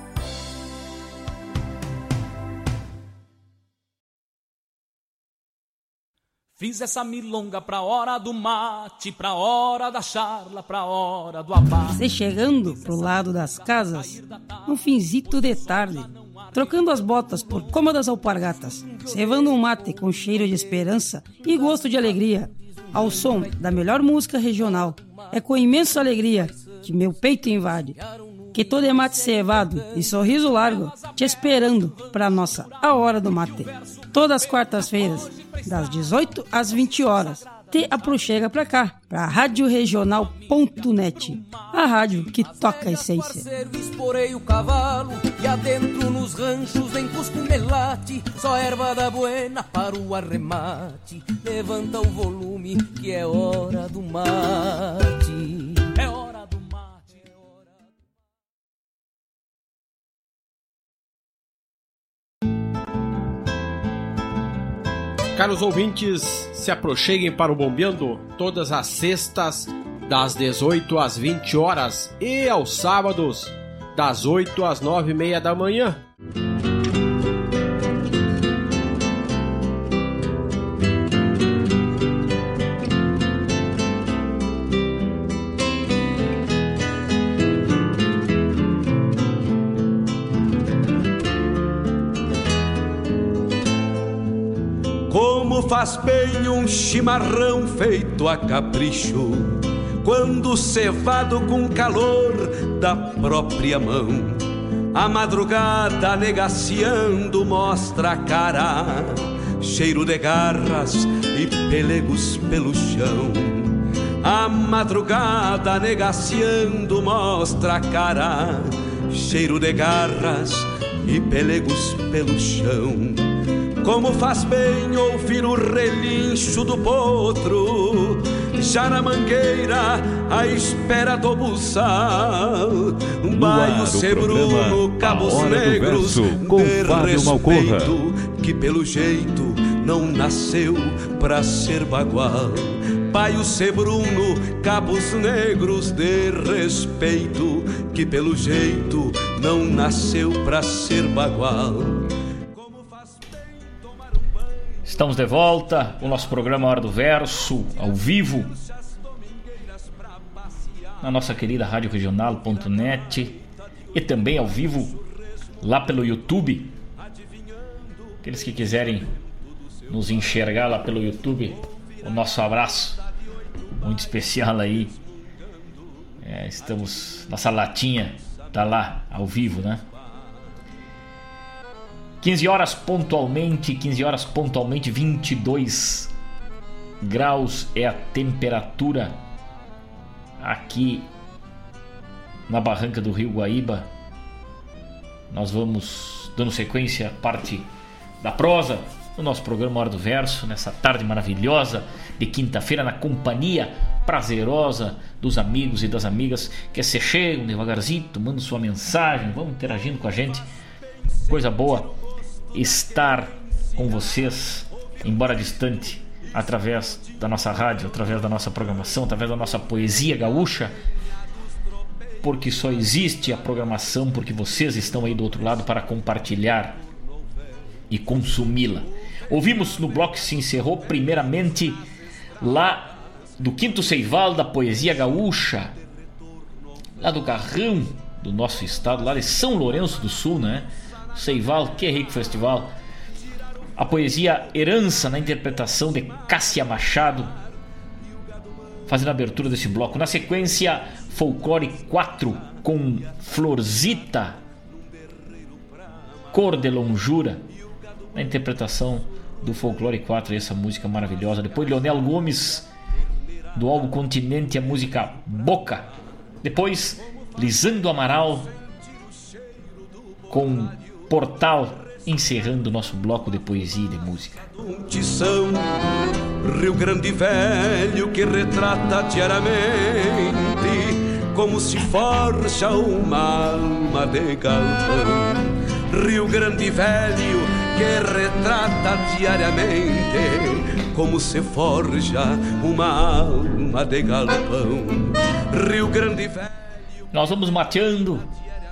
Fiz essa milonga pra hora do mate, pra hora da charla, pra hora do abate. Você chegando pro lado das casas, um finzito de tarde, trocando as botas por cômodas alpargatas, cevando um mate com cheiro de esperança e gosto de alegria, ao som da melhor música regional. É com imensa alegria que meu peito invade, que todo é mate cevado e sorriso largo, te esperando pra nossa A Hora do Mate. Todas as quartas-feiras, das dezoito às vinte horas, te aproxega pra cá, pra rádio regional ponto net, a rádio que toca a essência. Esporei o cavalo e adentro nos ranchos em Cusco Melate, só erva da buena para o arremate. Levanta o volume que é hora do mate. É hora do mate, é hora do... Caros ouvintes, se aproxeguem para o Bombeando todas as sextas, das dezoito às vinte horas, e aos sábados, das oito às nove e meia da manhã. faz bem um chimarrão feito a capricho, quando cevado com calor da própria mão. A madrugada negaciando mostra a cara, cheiro de garras e pelegos pelo chão. A madrugada negaciando mostra a cara, cheiro de garras e pelegos pelo chão. Como faz bem ouvir o relincho do potro, já na mangueira à espera do buçal. Um baio sebruno, cabos negros de respeito, que pelo jeito não nasceu pra ser bagual. Baio sebruno, cabos negros de respeito, que pelo jeito não nasceu pra ser bagual. Estamos de volta com o nosso programa Hora do Verso, ao vivo, na nossa querida rádio regional ponto net e também ao vivo lá pelo YouTube. Aqueles que quiserem nos enxergar lá pelo YouTube, o nosso abraço muito especial aí. É, estamos, nossa latinha tá lá ao vivo, né? quinze horas pontualmente, quinze horas pontualmente, vinte e dois graus é a temperatura aqui na barranca do Rio Guaíba. Nós vamos dando sequência à parte da prosa do nosso programa Hora do Verso, nessa tarde maravilhosa de quinta-feira, na companhia prazerosa dos amigos e das amigas que se chegam devagarzinho, tomando sua mensagem, vão interagindo com a gente. Coisa boa estar com vocês, embora distante, através da nossa rádio, através da nossa programação, através da nossa poesia gaúcha, porque só existe a programação porque vocês estão aí do outro lado para compartilhar e consumi-la. Ouvimos no bloco que se encerrou, primeiramente, lá do Quinto Ceival da Poesia Gaúcha, lá do Garrão do nosso estado, lá de São Lourenço do Sul, né? Ceival, que rico festival. A poesia Herança, na interpretação de Cássia Machado, fazendo a abertura desse bloco. Na sequência, Folclore quatro com Florzita, Cor de Lonjura, na interpretação do Folclore quatro, essa música maravilhosa. Depois Leonel Gomes, do Algo Continente, a música Boca. Depois Lisandro Amaral com Portal, encerrando o nosso bloco de poesia e de música. Tição, Rio Grande Velho que retrata diariamente como se forja uma alma de galpão. Rio Grande Velho que retrata diariamente como se forja uma alma de galpão. Rio Grande Velho. Nós vamos mateando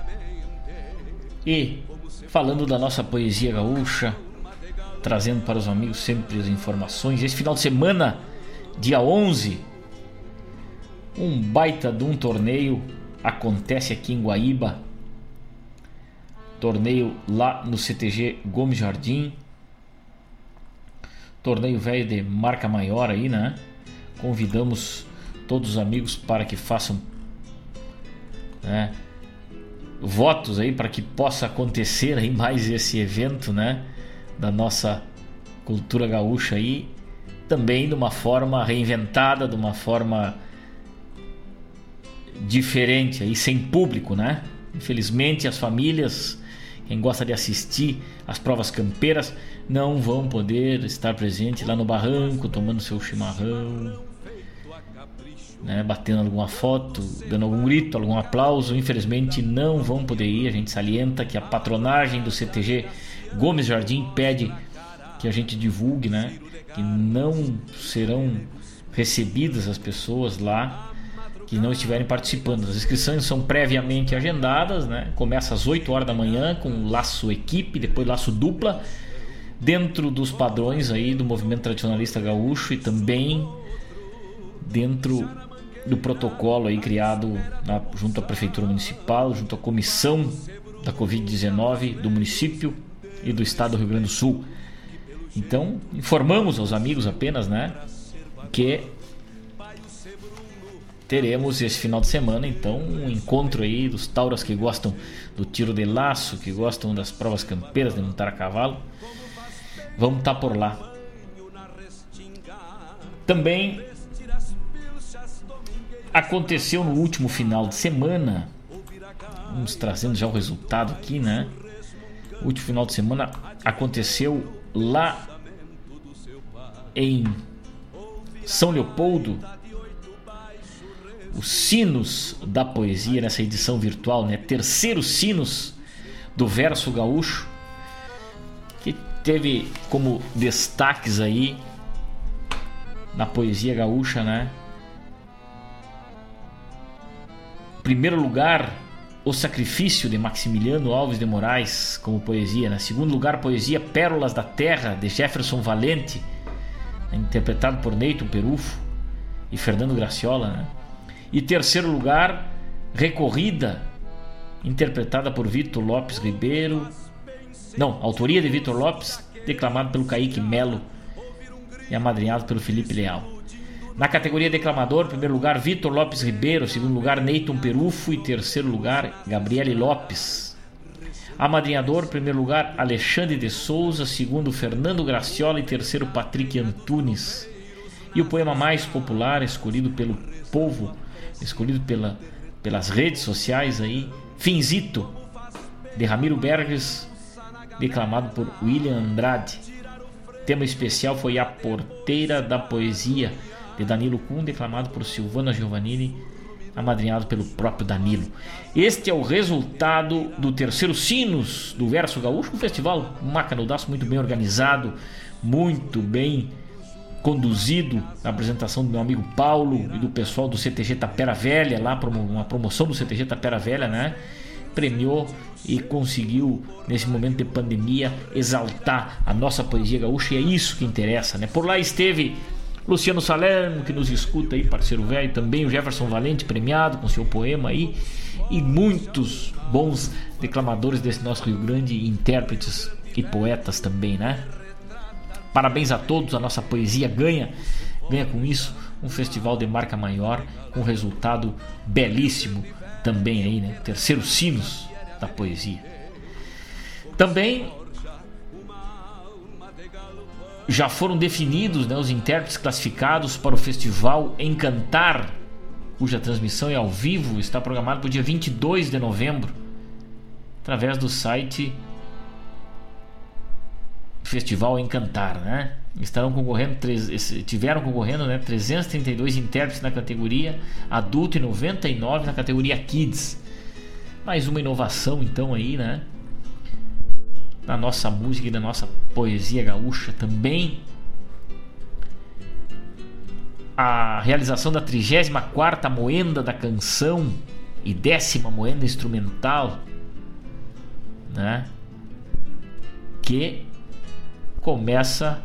e falando da nossa poesia gaúcha, trazendo para os amigos sempre as informações. Esse final de semana, dia onze, um baita de um torneio acontece aqui em Guaíba. Torneio lá no C T G Gomes Jardim. Torneio velho de marca maior aí, né? Convidamos todos os amigos para que façam, né, votos aí para que possa acontecer aí mais esse evento, né, da nossa cultura gaúcha aí, também de uma forma reinventada, de uma forma diferente aí, sem público, né? Infelizmente as famílias, quem gosta de assistir as provas campeiras, não vão poder estar presente lá no barranco, tomando seu chimarrão, né, batendo alguma foto, dando algum grito, algum aplauso. Infelizmente não vão poder ir. A gente salienta que a patronagem do C T G Gomes Jardim pede que a gente divulgue, né, que não serão recebidas as pessoas lá que não estiverem participando. As inscrições são previamente agendadas, né? Começa às oito horas da manhã com laço equipe, depois laço dupla, dentro dos padrões aí do movimento tradicionalista gaúcho e também dentro do protocolo aí criado na, junto à Prefeitura Municipal, junto à Comissão da covid dezenove do município e do Estado do Rio Grande do Sul. Então, informamos aos amigos apenas, né, que teremos esse final de semana, então, um encontro aí dos tauras que gostam do tiro de laço, que gostam das provas campeiras, de montar a cavalo. Vamos estar por lá. Também aconteceu no último final de semana, vamos trazendo já o resultado aqui, né? O último final de semana aconteceu lá em São Leopoldo, os Sinos da Poesia, nessa edição virtual, né? Terceiro Sinos do Verso Gaúcho, que teve como destaques aí na poesia gaúcha, né? Em primeiro lugar, O Sacrifício, de Maximiliano Alves de Moraes, como poesia, né? Segundo lugar, poesia Pérolas da Terra, de Jefferson Valente, interpretado por Neyton Perufo e Fernando Graciola, né? E terceiro lugar, Recorrida, interpretada por Vitor Lopes Ribeiro, não, autoria de Vitor Lopes, declamado pelo Kaique Melo e amadrinhado pelo Felipe Leal. Na categoria declamador, primeiro lugar Vitor Lopes Ribeiro, segundo lugar Neyton Perufo e terceiro lugar Gabriele Lopes. Amadrinhador, primeiro lugar Alexandre de Souza, segundo Fernando Graciola e terceiro Patrick Antunes. E o poema mais popular, escolhido pelo povo, escolhido pela, pelas redes sociais aí, Finzito, de Ramiro Berges, declamado por William Andrade. Tema especial foi A Porteira da Poesia, de Danilo Kuhn, declamado por Silvana Giovannini, amadrinhado pelo próprio Danilo. Este é o resultado do terceiro Sinos do Verso Gaúcho, um festival macanudaço, muito bem organizado, muito bem conduzido, na apresentação do meu amigo Paulo e do pessoal do C T G Tapera Velha, lá uma promoção do C T G Tapera Velha, né? Premiou e conseguiu, nesse momento de pandemia, exaltar a nossa poesia gaúcha, e é isso que interessa, né? Por lá esteve Luciano Salerno, que nos escuta aí, parceiro velho, também o Jefferson Valente, premiado com seu poema aí, e muitos bons declamadores desse nosso Rio Grande, intérpretes e poetas também, né? Parabéns a todos, a nossa poesia ganha, ganha com isso um festival de marca maior, com resultado belíssimo também aí, né? Terceiro Sinos da Poesia. Também já foram definidos, né, os intérpretes classificados para o festival Encantar, cuja transmissão é ao vivo, está programado para o dia vinte e dois de novembro, através do site Festival Encantar, né? Estarão concorrendo, tiveram concorrendo, né, trezentos e trinta e dois intérpretes na categoria adulto e noventa e nove na categoria Kids. Mais uma inovação então aí, né, na nossa música e na nossa poesia gaúcha. Também a realização da trigésima quarta Moenda da Canção e décima Moenda Instrumental, né, que começa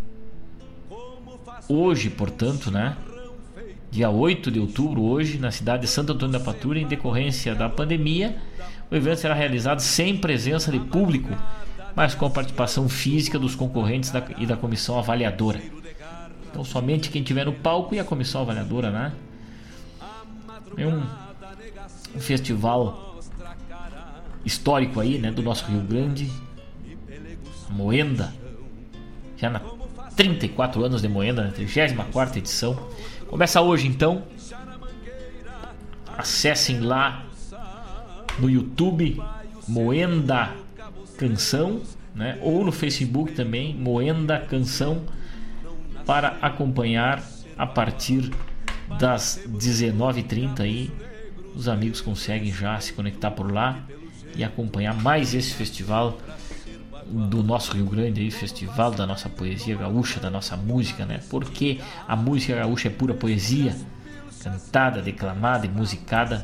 hoje, portanto, né, dia oito de outubro, hoje, na cidade de Santo Antônio da Patrulha. Em decorrência da pandemia, o evento será realizado sem presença de público, mas com a participação física dos concorrentes da, e da comissão avaliadora. Então, somente quem estiver no palco e a comissão avaliadora, né? É um, um festival histórico aí, né, do nosso Rio Grande. A Moenda, já na trinta e quatro anos de Moenda, na trigésima quarta edição. Começa hoje, então. Acessem lá no YouTube Moenda Canção, né? Ou no Facebook também, Moenda Canção, para acompanhar a partir das dezenove e trinta aí. Os amigos conseguem já se conectar por lá e acompanhar mais esse festival do nosso Rio Grande aí, festival da nossa poesia gaúcha, da nossa música, né? Porque a música gaúcha é pura poesia, cantada, declamada e musicada.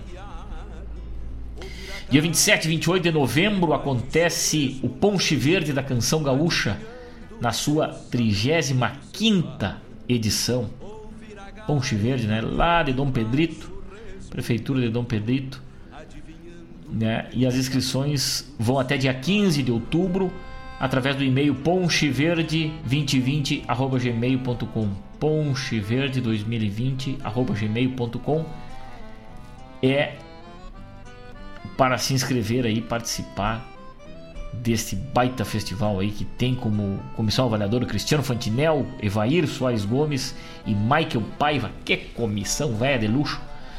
Dia vinte e sete e vinte e oito de novembro acontece o Ponche Verde da Canção Gaúcha, na sua trigésima quinta edição. Ponche Verde, né? Lá de Dom Pedrito, prefeitura de Dom Pedrito, né? E as inscrições vão até dia quinze de outubro através do e-mail poncheverde dois mil e vinte arroba gmail ponto com. poncheverde dois mil e vinte arroba gmail ponto com é para se inscrever aí, participar desse baita festival aí que tem como comissão avaliadora Cristiano Fantinel, Evair Soares Gomes e Michael Paiva. Que comissão velha de luxo.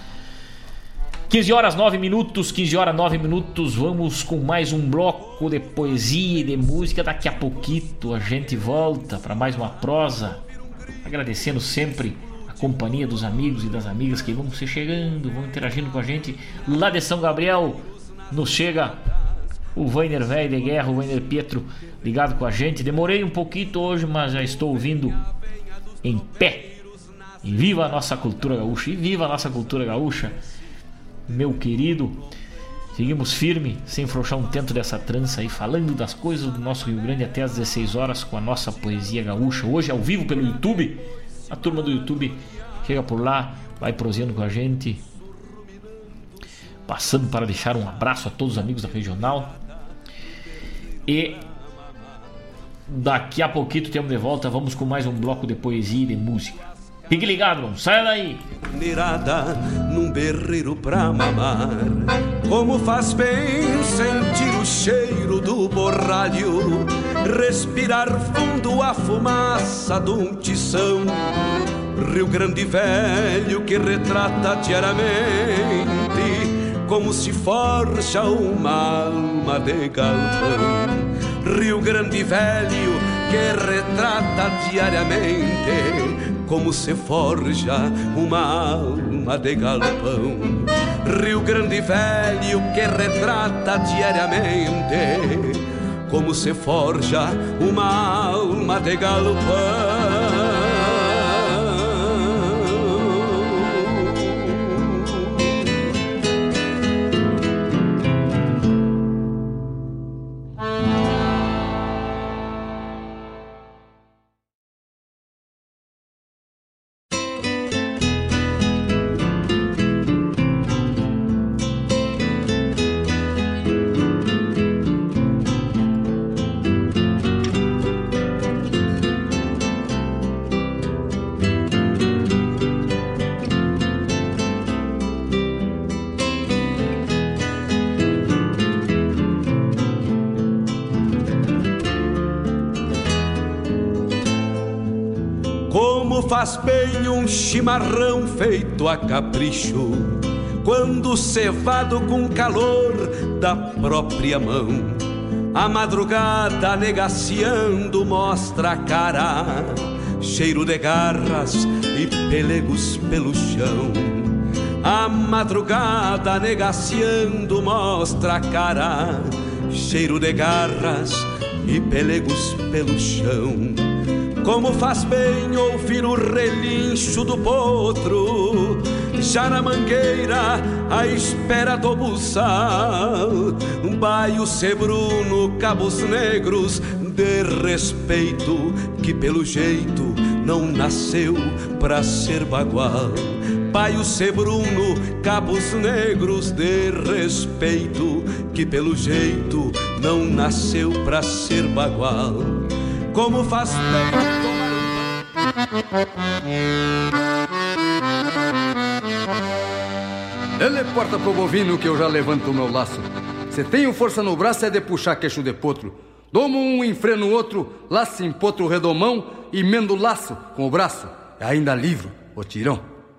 quinze horas nove minutos, quinze horas nove minutos. Vamos com mais um bloco de poesia e de música. Daqui a pouquito a gente volta para mais uma prosa, agradecendo sempre a companhia dos amigos e das amigas que vão se chegando, vão interagindo com a gente. Lá de São Gabriel nos chega o Vainer Velho de Guerra, o Vainer Pietro ligado com a gente. Demorei um pouquinho hoje, mas já estou ouvindo em pé. E viva a nossa cultura gaúcha, e viva a nossa cultura gaúcha, meu querido. Seguimos firme, sem afrouxar um tento dessa trança aí, falando das coisas do nosso Rio Grande até às dezesseis horas com a nossa poesia gaúcha. Hoje ao vivo pelo YouTube. A turma do YouTube chega por lá, vai proseando com a gente, passando para deixar um abraço a todos os amigos da Regional. E daqui a pouquinho temos de volta. Vamos com mais um bloco de poesia e de música. Fique ligado, não saia daí. Mirada num berreiro pra mamar, como faz bem sentir o cheiro do borralho, respirar fundo a fumaça de um tição. Rio Grande Velho que retrata diariamente como se forja uma alma de galpão. Rio Grande Velho que retrata diariamente como se forja uma alma de galpão. Rio Grande Velho que retrata diariamente como se forja uma alma de galpão. Faz bem um chimarrão feito a capricho, quando cevado com calor da própria mão. A madrugada negaciando mostra a cara, cheiro de garras e pelegos pelo chão. A madrugada negaciando mostra a cara, cheiro de garras e pelegos pelo chão. Como faz bem ouvir o relincho do potro, já na mangueira à espera do buçal. Baio Sebruno, Cabos Negros, de respeito, que pelo jeito não nasceu pra ser bagual. Baio Sebruno, Cabos Negros, de respeito, que pelo jeito não nasceu pra ser bagual. Como faz bem Ele porta pro bovino que eu já levanto o meu laço. Se tenho força no braço é de puxar queixo de potro. Domo um, enfreno o outro, laço em potro redomão e mendo o laço com o braço. E ainda livro o tirão.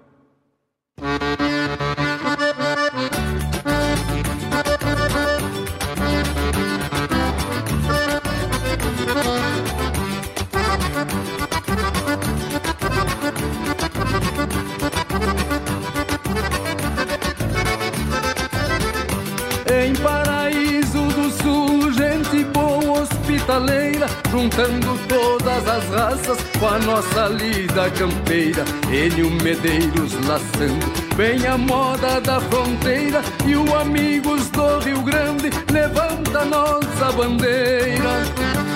Em Paraíso do Sul, gente boa hospitaleira, juntando todas as raças com a nossa lida campeira. Enio Medeiros laçando bem a moda da fronteira, e o Amigos do Rio Grande levanta a nossa bandeira.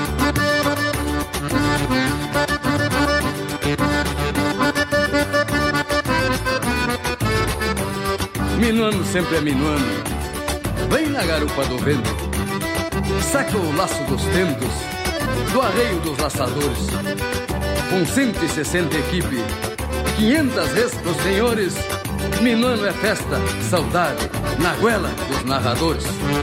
Minuano sempre é minuano, vem na garupa do vento, saca o laço dos tentos do arreio dos laçadores. Com cento e sessenta equipe, quinhentas vezes pros senhores, minuano é festa, saudade, na goela dos narradores.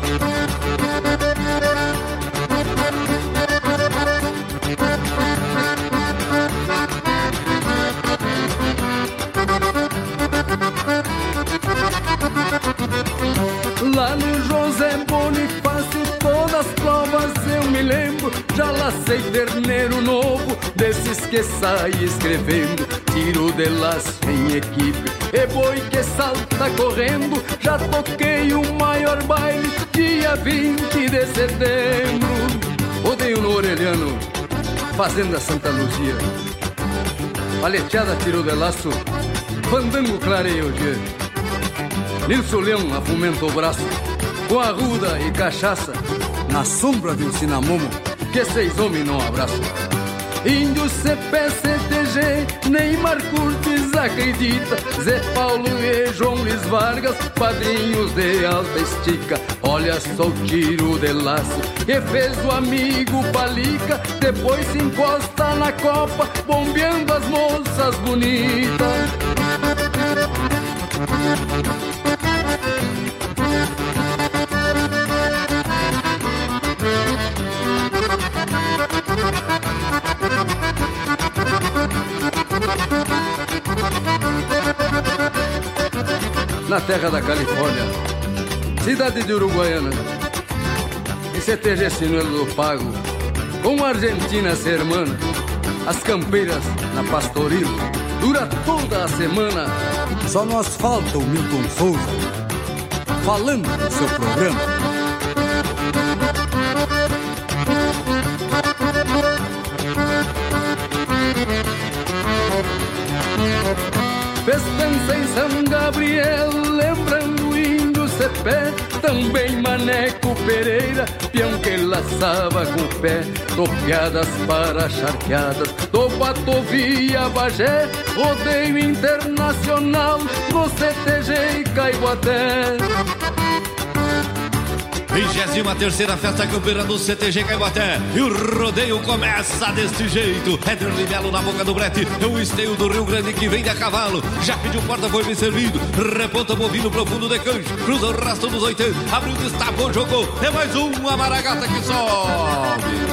Lá no José Bonifácio, todas as provas eu me lembro. Já lacei terneiro novo, desses que sai escrevendo. Tiro de laço em equipe, e boi que salta correndo. Já toquei o maior baile, dia vinte de setembro. Rodeio no Orelhano, Fazenda Santa Luzia. Paleteada, tiro de laço, fandango clareia o dia. Nilson Leão afumenta o braço, com arruda e cachaça, na sombra de um cinamomo, que seis homens não abraçam. Índio C P C T G, Neymar Curtis acredita, Zé Paulo e João Luiz Vargas, padrinhos de alta estica. Olha só o tiro de laço que fez o amigo Palica, depois se encosta na copa, bombeando as moças bonitas. Na terra da Califórnia, cidade de Uruguaiana, em C T G Sinuelo do Pago, com a Argentina ser hermana, as campeiras na Pastoril, dura toda a semana. Só nos falta o Milton Souza, falando do seu programa. Festança em São Gabriel, lembrando o índio Cepé, também Maneco Pereira, peão que laçava com o pé, topeadas para charqueadas, do Patovia Bagé, rodeio internacional, no C T G e Caiboaté. Vigésima terceira festa campeira do C T G Caiboaté. E o rodeio começa deste jeito. Éder Melo na boca do brete. É o esteio do Rio Grande que vem de a cavalo. Já pediu porta, foi bem servido. Reponta bovino profundo de cancho. Cruza o rastro dos oitenta. Abriu, destapou, jogou. É mais uma maragata que sobe.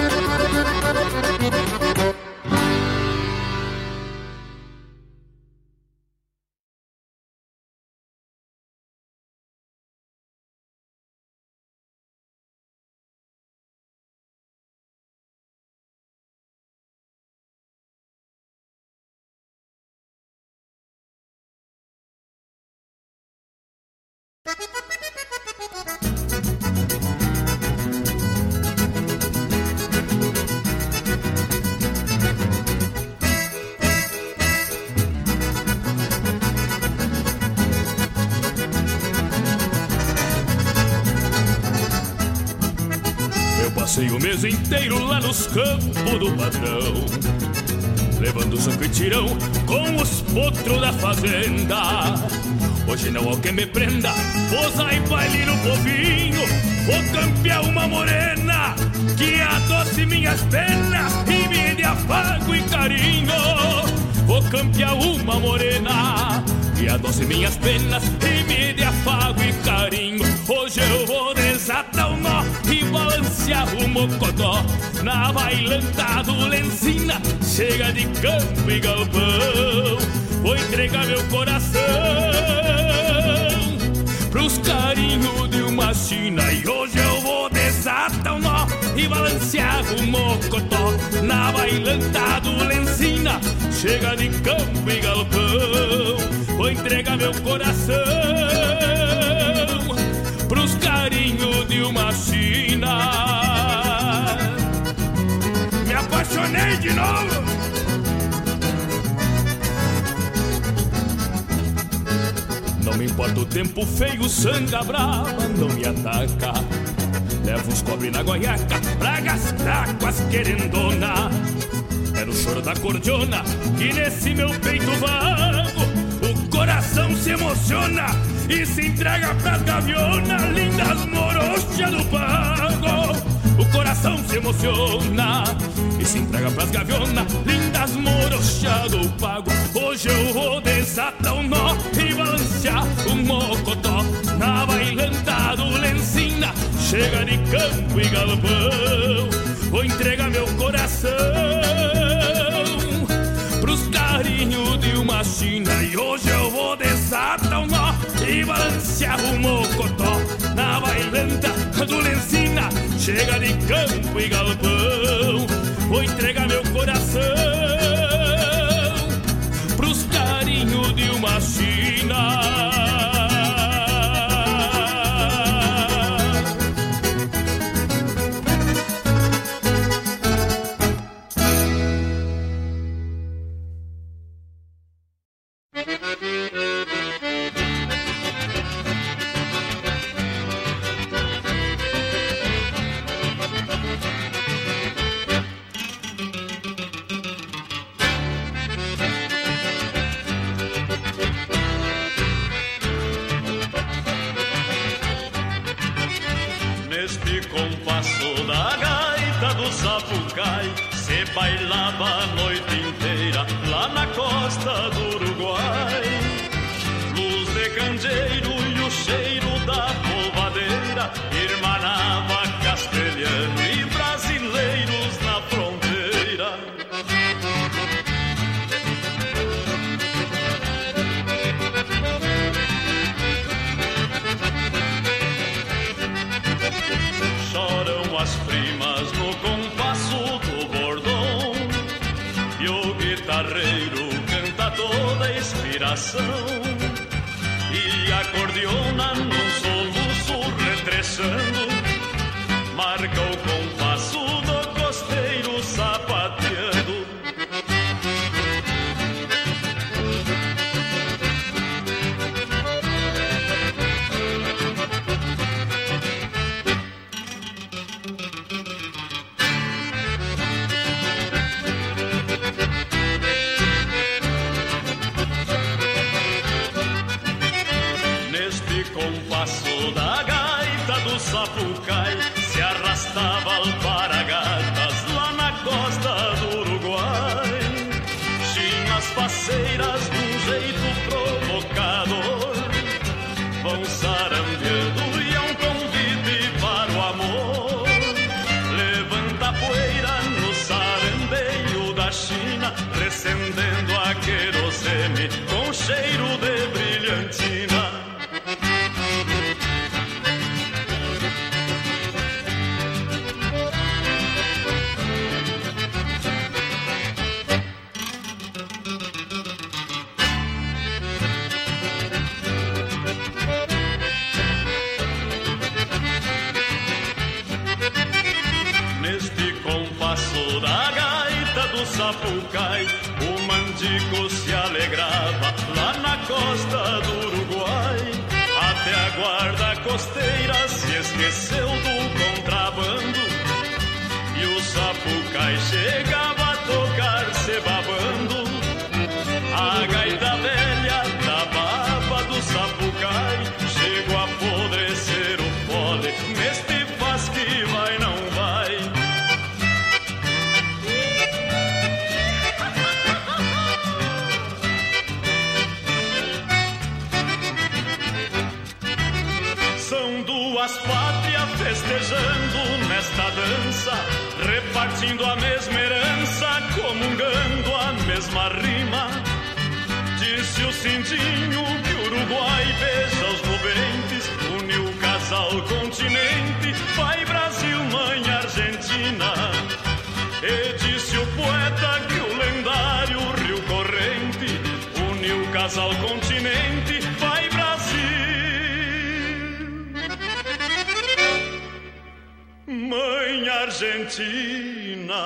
Passei o mês inteiro lá nos campos do patrão, levando sangue e tirão com os potros da fazenda. Hoje não há quem me prenda, pousar e baile no povinho. Vou campear uma morena que adoce minhas penas e me dê afago e carinho. Vou campear uma morena que adoce minhas penas e me dê afago e carinho. Hoje eu vou desatar o nó e balancear o mocotó na bailanta do Lencina, chega de campo e galpão. Vou entregar meu coração pros carinhos de uma china. E hoje eu vou desatar o nó e balancear o mocotó na bailanta do Lencina, chega de campo e galpão. Vou entregar meu coração pros carinhos de uma china. Me apaixonei de novo. Não me importa o tempo feio, sanga brava não me ataca. Levo uns cobre na goiaca pra gastar com as querendona. Era o choro da cordiona que nesse meu peito vago o coração se emociona e se entrega pras gavionas, lindas morochas do pago. O coração se emociona e se entrega pras gavionas, lindas morochado eu pago. Hoje eu vou desatar um nó e balancear um mocotó na bailanta do Lencina. Chega de campo e galpão, vou entregar meu coração pros carinhos de uma china. E hoje eu vou desatar um nó e balancear o mocotó na bailanta do Lencina. Chega de campo e galpão, vou entregar meu coração pros carinhos de uma china. Bailava a noite inteira lá na costa do Uruguai. Luz de candeeiro e o cheiro da polvadeira irmanava castelhano e brasileiros na fronteira. Choram as primas no compasso do bordão e o guitarreiro canta toda a inspiração e a acordeona num soluço retrechando marca o compasso do costeiro sapateando. Compasso da gaita do Sapucai se arrastava alparagatas lá na costa do Uruguai. Chinas faceiras de um jeito provocador vão sarambeando e é um convite para o amor. Levanta a poeira no sarambeio da China, recendendo a querosene com cheiro de brilhantina. Sapucai, o mandico se alegrava lá na costa do Uruguai. Até a guarda costeira se esqueceu do contrabando e o Sapucai chegava a tocar se babando. A gaita velha da baba do Sapucai chegou a apodrecer o fole neste faz que vai não vai. Duas pátrias festejando nesta dança, repartindo a mesma herança, comungando a mesma rima. Disse o Cindinho que o Uruguai beija os nubentes, uniu o casal continente, pai Brasil, mãe Argentina. E disse o poeta que o lendário Rio Corrente uniu o casal continente, pai Brasil, mãe Argentina.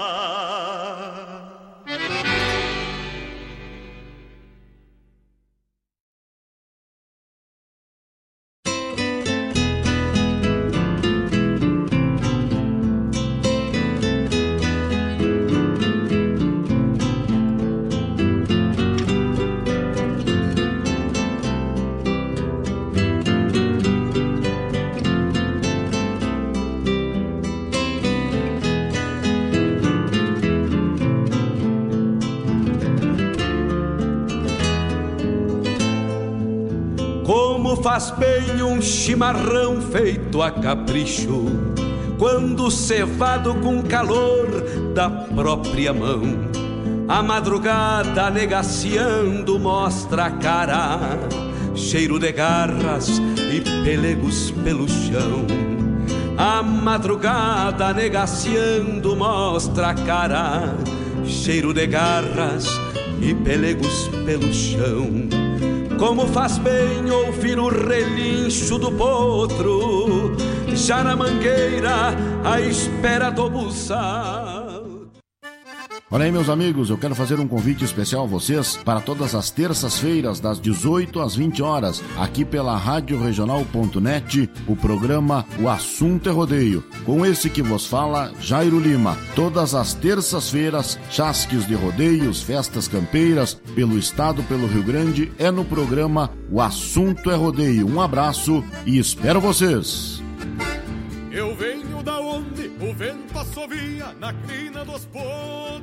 faz bem um chimarrão feito a capricho, quando cevado com calor da própria mão. A madrugada negaciando mostra a cara, cheiro de garras e pelegos pelo chão. A madrugada negaciando mostra a cara, cheiro de garras e pelegos pelo chão. Como faz bem ouvir o relincho do potro, já na mangueira à espera do buçal. Olha aí, meus amigos, eu quero fazer um convite especial a vocês para todas as terças-feiras, das dezoito às vinte horas, aqui pela rádio regional ponto net, o programa O Assunto é Rodeio. Com esse que vos fala, Jairo Lima. Todas as terças-feiras, chasques de rodeios, festas campeiras, pelo estado, pelo Rio Grande, é no programa O Assunto é Rodeio. Um abraço e espero vocês! Eu venho da onde o vento assovia na crina dos potros.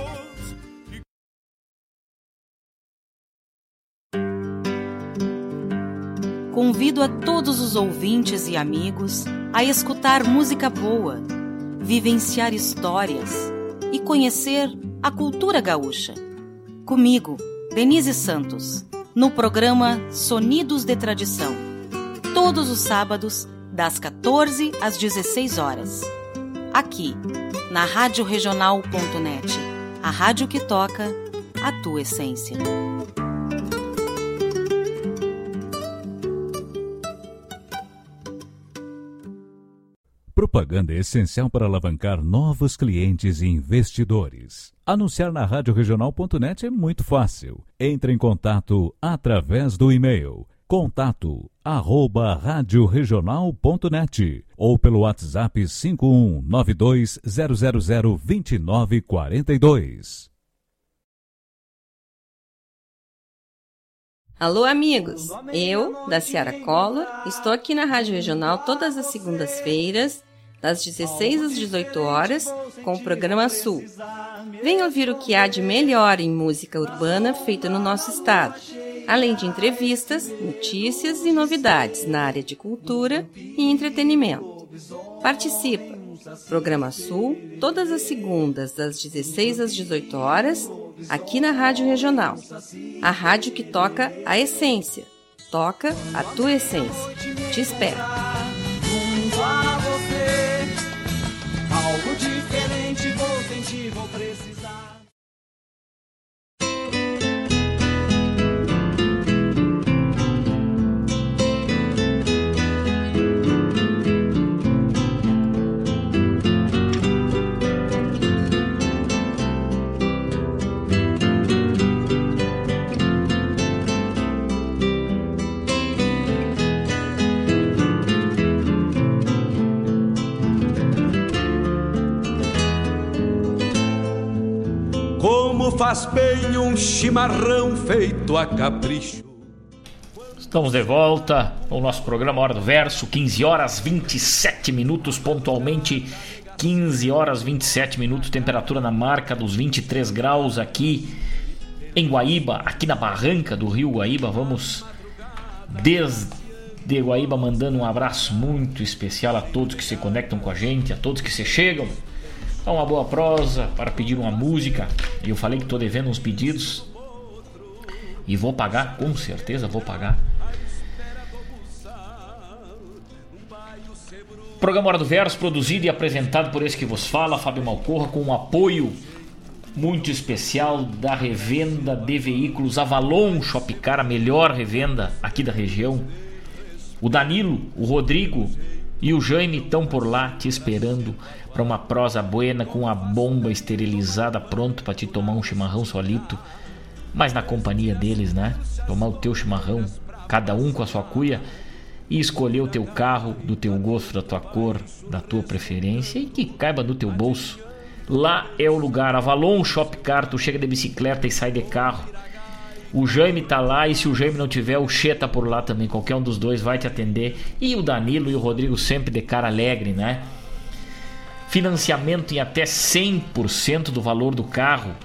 Convido a todos os ouvintes e amigos a escutar música boa, vivenciar histórias e conhecer a cultura gaúcha. Comigo, Denise Santos, no programa Sonidos de Tradição, todos os sábados, das quatorze às dezesseis horas. Aqui, na rádio regional ponto net, a rádio que toca a tua essência. Propaganda é essencial para alavancar novos clientes e investidores. Anunciar na rádio regional ponto net é muito fácil. Entre em contato através do e-mail contato arroba rádio regional ponto net ou pelo WhatsApp cinco um nove dois zero zero zero dois nove quatro dois. Alô, amigos! Eu, da Ciara Collor, estou aqui na Rádio Regional todas as segundas-feiras, das dezesseis às dezoito horas, com o programa Sul. Venha ouvir o que há de melhor em música urbana feita no nosso estado, além de entrevistas, notícias e novidades na área de cultura e entretenimento. Participa! Programa Sul, todas as segundas, das dezesseis às dezoito horas, aqui na Rádio Regional. A rádio que toca a essência. Toca a tua essência. Te espero. Junto a você, algo diferente vou sentir, vou precisar. Faz bem um chimarrão feito a capricho. Estamos de volta com o nosso programa Hora do Verso, quinze horas vinte e sete minutos pontualmente, quinze horas vinte e sete minutos, temperatura na marca dos vinte e três graus aqui em Guaíba, aqui na barranca do rio Guaíba. Vamos desde Guaíba mandando um abraço muito especial a todos que se conectam com a gente, a todos que se chegam. Dá uma boa prosa para pedir uma música. Eu falei que estou devendo uns pedidos e vou pagar, com certeza vou pagar. Programa Hora do Verso, produzido e apresentado por esse que vos fala, Fábio Malcorra, com um apoio muito especial da revenda de veículos Avalon Shopcar, a melhor revenda aqui da região. O Danilo, o Rodrigo e o Jaime estão por lá te esperando para uma prosa buena, com a bomba esterilizada, pronto para te tomar um chimarrão solito, mas na companhia deles, né? Tomar o teu chimarrão, cada um com a sua cuia, e escolher o teu carro do teu gosto, da tua cor, da tua preferência e que caiba no teu bolso. Lá é o lugar, Avalon Shopcar. Tu chega de bicicleta e sai de carro. O Jaime tá lá, e se o Jaime não tiver, o Che tá por lá também. Qualquer um dos dois vai te atender. E o Danilo e o Rodrigo sempre de cara alegre, né? Financiamento em até cem por cento do valor do carro.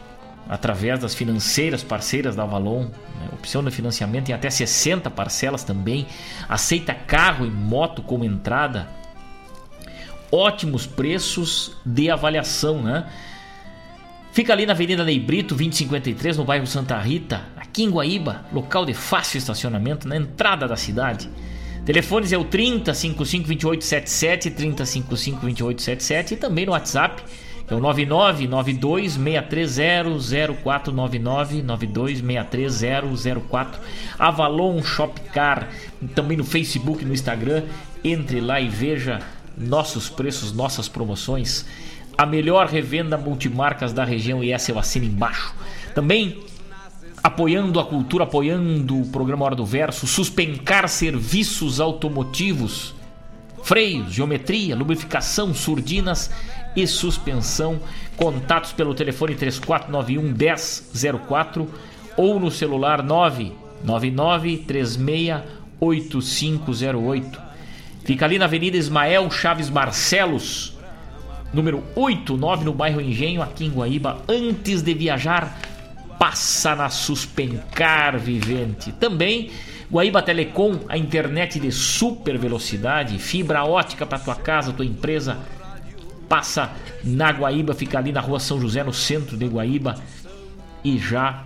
através das financeiras parceiras da Avalon, né? Opção de financiamento em até sessenta parcelas também. Aceita carro e moto como entrada. Ótimos preços de avaliação, né? Fica ali na Avenida Ney Brito, vinte e cinquenta e três, no bairro Santa Rita, aqui em Guaíba, local de fácil estacionamento, na entrada da cidade. Telefones é o trinta, cinquenta e cinco, vinte e oito setenta e sete, trinta, cinquenta e cinco, vinte e oito setenta e sete, e também no WhatsApp, que é o nove nove nove dois seis três zero zero quatro, nove nove nove dois seis três zero zero quatro. Avalon Shopcar, também no Facebook e no Instagram. Entre lá e veja nossos preços, nossas promoções. A melhor revenda multimarcas da região, e essa eu assino embaixo. Também apoiando a cultura, apoiando o programa Hora do Verso, Suspencar Serviços Automotivos, freios, geometria, lubrificação, surdinas e suspensão. Contatos pelo telefone três quatro nove um, um zero zero quatro ou no celular nove nove nove três seis oito cinco zero oito. Fica ali na Avenida Ismael Chaves Barcelos, número oitenta e nove, no bairro Engenho, aqui em Guaíba. Antes de viajar, passa na Suspencar Vivente. Também Guaíba Telecom, a internet de super velocidade, fibra ótica para tua casa, tua empresa. Passa na Guaíba, fica ali na Rua São José, no centro de Guaíba, e já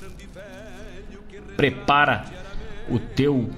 prepara o teu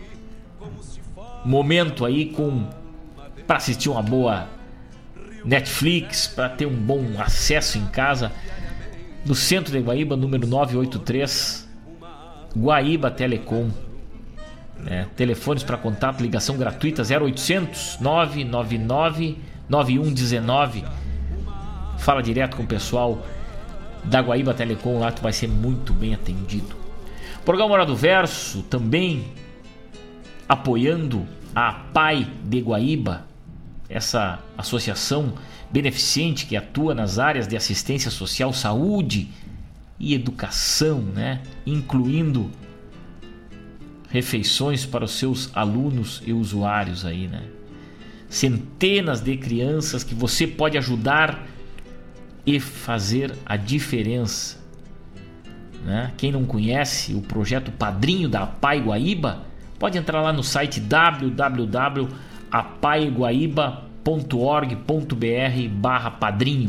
momento aí com para assistir uma boa Netflix, para ter um bom acesso em casa. No centro de Guaíba, número novecentos e oitenta e três, Guaíba Telecom. É, telefones para contato, ligação gratuita zero oitocentos, nove nove nove, nove um um nove. Fala direto com o pessoal da Guaíba Telecom, lá tu vai ser muito bem atendido. Programa Hora do Verso também apoiando a Pai de Guaíba, essa associação beneficente que atua nas áreas de assistência social, saúde e educação, né? Incluindo refeições para os seus alunos e usuários aí, né? Centenas de crianças que você pode ajudar e fazer a diferença, né? Quem não conhece o projeto Padrinho da Pai Guaíba, pode entrar lá no site w w w ponto apaiguaíba ponto org ponto b r barra padrinho.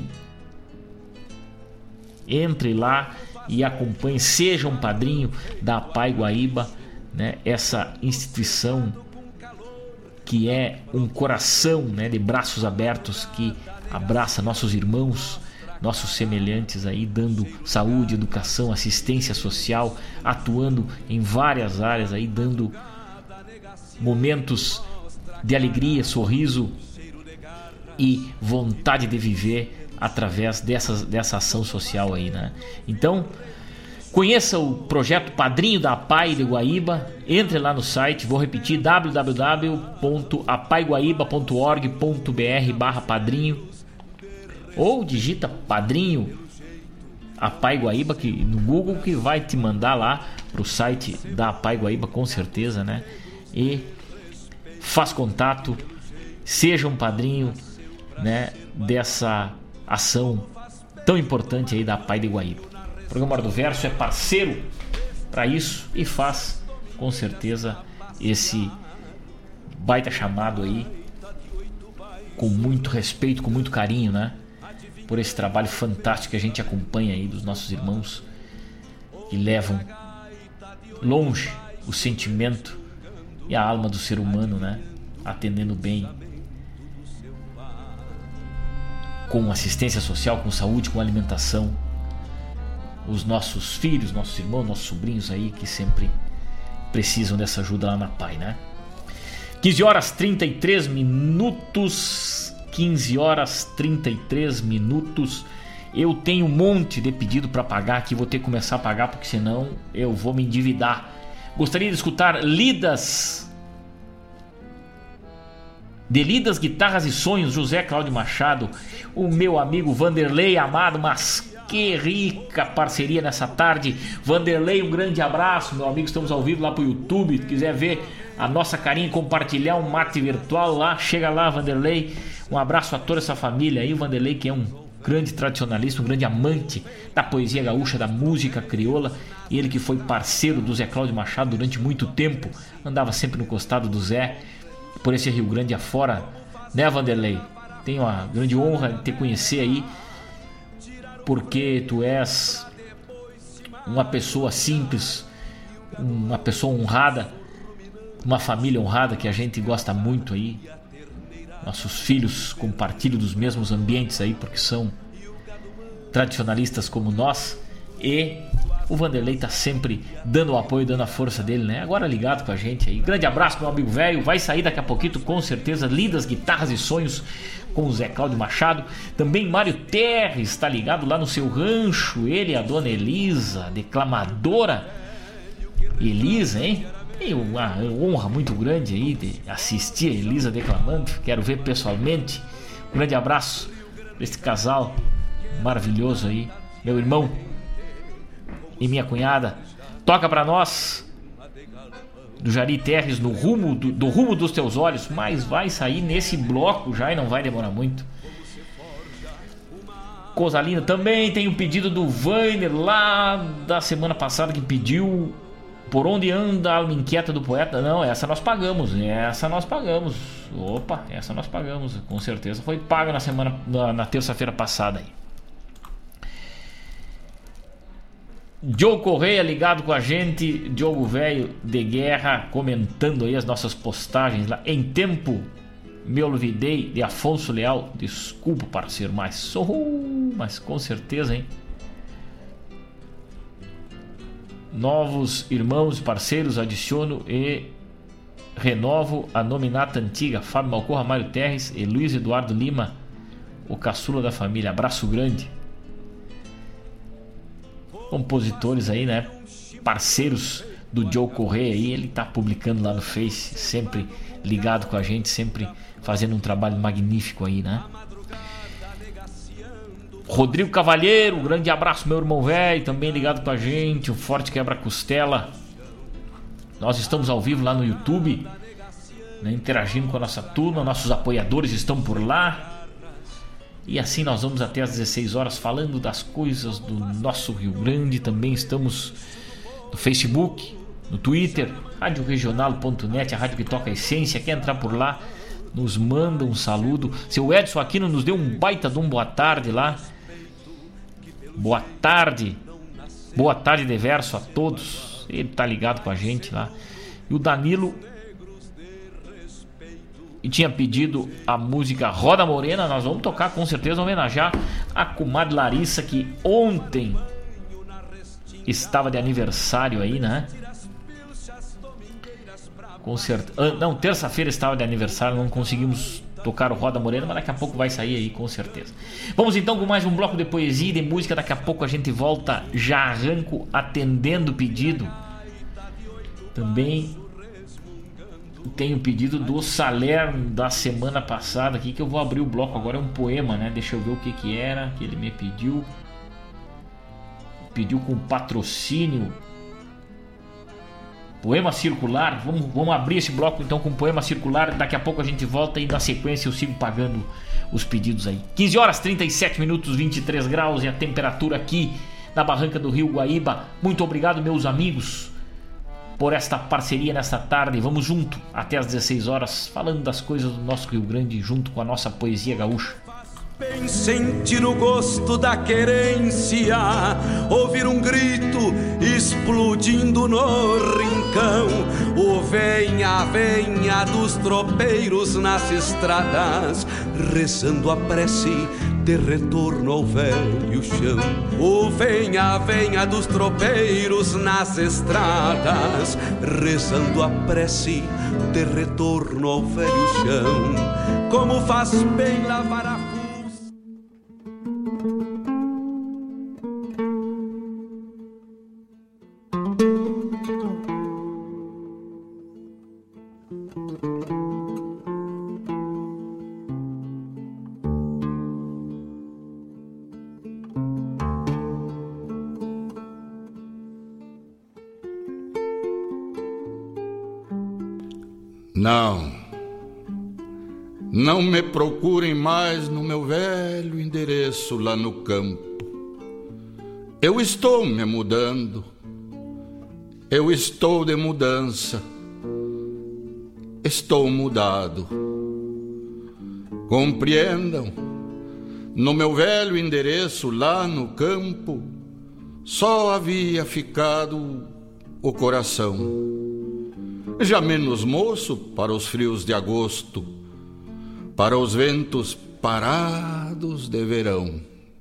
Entre lá e acompanhe, seja um padrinho da Pai Guaíba, né? Essa instituição que é um coração, né, de braços abertos, que abraça nossos irmãos, nossos semelhantes aí, dando saúde, educação, assistência social, atuando em várias áreas aí, dando momentos de alegria, sorriso e vontade de viver através dessas, dessa ação social aí, né? Então, conheça o projeto Padrinho da Pai de Guaíba, entre lá no site, vou repetir, w w w ponto apaiguaíba ponto org ponto b r barra padrinho, ou digita Padrinho a Pai Guaíba que, no Google, que vai te mandar lá pro site da Pai Guaíba, com certeza, né? E faz contato, seja um padrinho, né, dessa ação tão importante aí da Pai de Guaíba. O programa Hora do Verso é parceiro para isso e faz, com certeza, esse baita chamado aí com muito respeito, com muito carinho, né? Por esse trabalho fantástico que a gente acompanha aí dos nossos irmãos que levam longe o sentimento e a alma do ser humano, né? Atendendo bem, com assistência social, com saúde, com alimentação, os nossos filhos, nossos irmãos, nossos sobrinhos aí que sempre precisam dessa ajuda lá na Pai, né? quinze horas e trinta e três minutos, quinze horas e trinta e três minutos. Eu tenho um monte de pedido para pagar aqui, vou ter que começar a pagar porque senão eu vou me endividar. Gostaria de escutar Lidas de Lidas, Guitarras e Sonhos, José Cláudio Machado, o meu amigo Vanderlei Amado, mas que rica parceria nessa tarde. Vanderlei, um grande abraço, meu amigo, estamos ao vivo lá pro YouTube, se quiser ver a nossa carinha, compartilhar um mate virtual lá, chega lá, Vanderlei, um abraço a toda essa família aí, o Vanderlei que é um grande tradicionalista, um grande amante da poesia gaúcha, da música crioula. Ele que foi parceiro do Zé Cláudio Machado durante muito tempo, andava sempre no costado do Zé, por esse Rio Grande afora, né, Vanderlei? Tenho a grande honra de te conhecer aí, porque tu és uma pessoa simples, uma pessoa honrada, uma família honrada que a gente gosta muito aí. Nossos filhos compartilham dos mesmos ambientes aí, porque são tradicionalistas como nós. E o Vanderlei tá sempre dando o apoio, dando a força dele, né? Agora ligado com a gente aí. Grande abraço, meu amigo velho. Vai sair daqui a pouquinho, com certeza, Lindas Guitarras e Sonhos com o Zé Cláudio Machado. Também Mário Terres está ligado lá no seu rancho. Ele e a dona Elisa, declamadora Elisa, hein? Tenho uma honra muito grande aí de assistir a Elisa declamando. Quero ver pessoalmente. Um grande abraço para esse casal maravilhoso aí. Meu irmão e minha cunhada. Toca pra nós do Jari Terres, no rumo do, do rumo dos teus olhos. Mas vai sair nesse bloco já e não vai demorar muito. Coisa linda. Também tem um pedido do Vainer lá da semana passada, que pediu Por Onde Anda a Alma Inquieta do Poeta. Não, essa nós pagamos. Essa nós pagamos. Opa, essa nós pagamos. Com certeza foi paga na semana, na, na terça-feira passada aí. Diogo Correia ligado com a gente. Diogo Velho de Guerra comentando aí as nossas postagens lá. Em tempo me olvidei de Afonso Leal. Desculpa, parceiro, mas sou, mas com certeza, hein? Novos irmãos, parceiros, adiciono e renovo a nominata antiga. Fábio Malcorra, Mário Terres e Luiz Eduardo Lima, o caçula da família. Abraço grande. Compositores aí, né? Parceiros do Joe Correia aí. Ele tá publicando lá no Face, sempre ligado com a gente, sempre fazendo um trabalho magnífico aí, né? Rodrigo Cavalheiro, um grande abraço, meu irmão velho, também ligado com a gente. Um forte quebra-costela. Nós estamos ao vivo lá no YouTube, né, interagindo com a nossa turma. Nossos apoiadores estão por lá. E assim nós vamos até às dezesseis horas falando das coisas do nosso Rio Grande. Também estamos no Facebook, no Twitter, rádio regional ponto net, a rádio que toca a essência. Quer entrar por lá, nos manda um saludo. Seu Edson Aquino nos deu um baita de um boa tarde lá. Boa tarde. Boa tarde de verso a todos. Ele tá ligado com a gente lá. E o Danilo e tinha pedido a música Roda Morena. Nós vamos tocar com certeza, homenagear a comadre Larissa, que ontem estava de aniversário aí, né? Com certeza. Não, terça-feira estava de aniversário. Não conseguimos tocar o Roda Morena, mas daqui a pouco vai sair aí, com certeza. Vamos então com mais um bloco de poesia e de música. Daqui a pouco a gente volta. Já arranco atendendo o pedido. Também tem o pedido do Salerno da semana passada aqui, que eu vou abrir o bloco agora. É um poema, né? Deixa eu ver o que que era que ele me pediu. Pediu com patrocínio. Poema circular. Vamos, vamos abrir esse bloco então com poema circular. Daqui a pouco a gente volta e na sequência eu sigo pagando os pedidos aí. quinze horas, trinta e sete minutos, vinte e três graus e a temperatura aqui na barranca do Rio Guaíba. Muito obrigado, meus amigos, por esta parceria nesta tarde. Vamos junto até às dezesseis horas, falando das coisas do nosso Rio Grande, junto com a nossa poesia gaúcha. Bem sentir o gosto da querência, ouvir um grito explodindo no rincão. O venha, venha dos tropeiros nas estradas, rezando a prece de retorno ao velho chão. O venha, venha dos tropeiros nas estradas, rezando a prece de retorno ao velho chão. Como faz bem lavar a Não, Não me procurem mais no meu velho endereço lá no campo. Eu estou me mudando. Eu estou de mudança. Estou mudado. Compreendam, no meu velho endereço lá no campo, só havia ficado o coração, já menos moço para os frios de agosto, para os ventos parados de verão.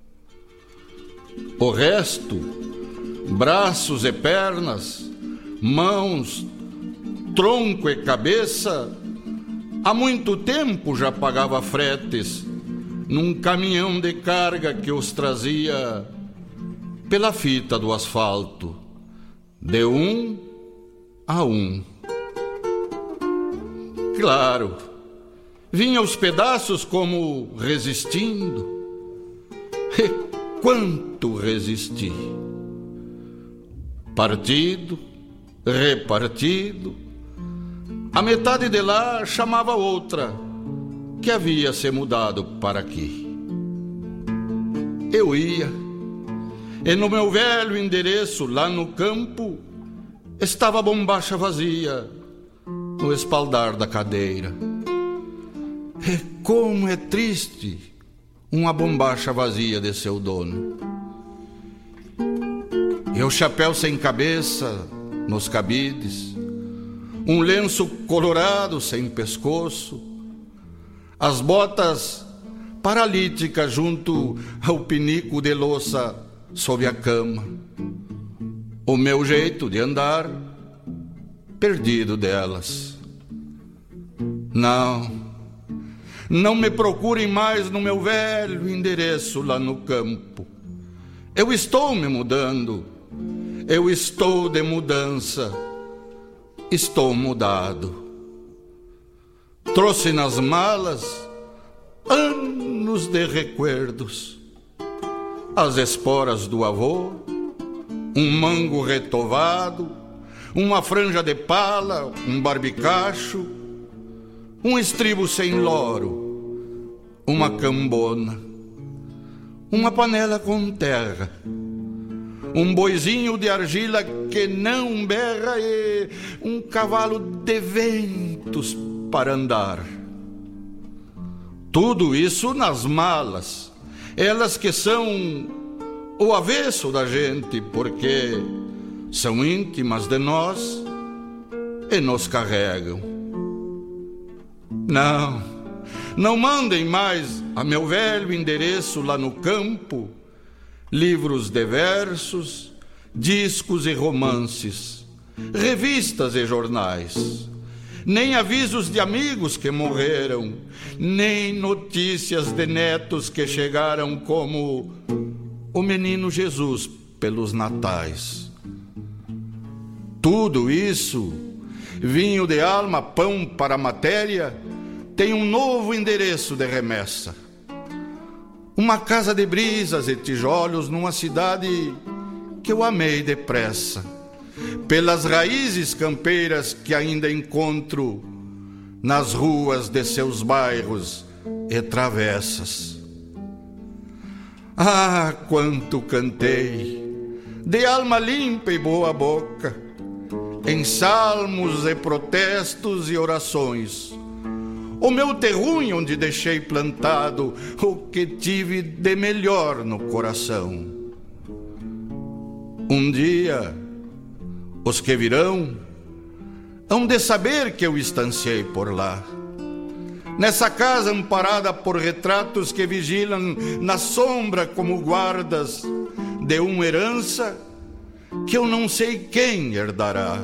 O resto, braços e pernas, mãos, tronco e cabeça, há muito tempo já pagava fretes num caminhão de carga que os trazia pela fita do asfalto, de um a um. Claro, vinha os pedaços como resistindo. E quanto resisti! Partido, repartido, a metade de lá chamava outra, que havia se mudado para aqui. Eu ia, e no meu velho endereço lá no campo, estava a bombacha vazia no espaldar da cadeira. E como é triste uma bombacha vazia de seu dono. E o chapéu sem cabeça nos cabides, um lenço colorado sem pescoço, as botas paralíticas junto ao pinico de louça sob a cama, o meu jeito de andar perdido delas. Não, não me procurem mais no meu velho endereço lá no campo. Eu estou me mudando, eu estou de mudança, estou mudado. Trouxe nas malas anos de recuerdos, as esporas do avô, um mango retovado, uma franja de pala, um barbicacho, um estribo sem loro, uma cambona, uma panela com terra, um boizinho de argila que não berra e um cavalo de ventos para andar. Tudo isso nas malas, elas que são o avesso da gente, porque são íntimas de nós e nos carregam. Não, não mandem mais a meu velho endereço lá no campo livros de versos, discos e romances, revistas e jornais, nem avisos de amigos que morreram, nem notícias de netos que chegaram como o menino Jesus pelos natais. Tudo isso, vinho de alma, pão para a matéria, tem um novo endereço de remessa. Uma casa de brisas e tijolos numa cidade que eu amei depressa, pelas raízes campeiras que ainda encontro nas ruas de seus bairros e travessas. Ah, quanto cantei, de alma limpa e boa boca, em salmos e protestos e orações, o meu terruño onde deixei plantado o que tive de melhor no coração. Um dia, os que virão hão de saber que eu estanciei por lá, nessa casa amparada por retratos que vigilam na sombra como guardas de uma herança que eu não sei quem herdará.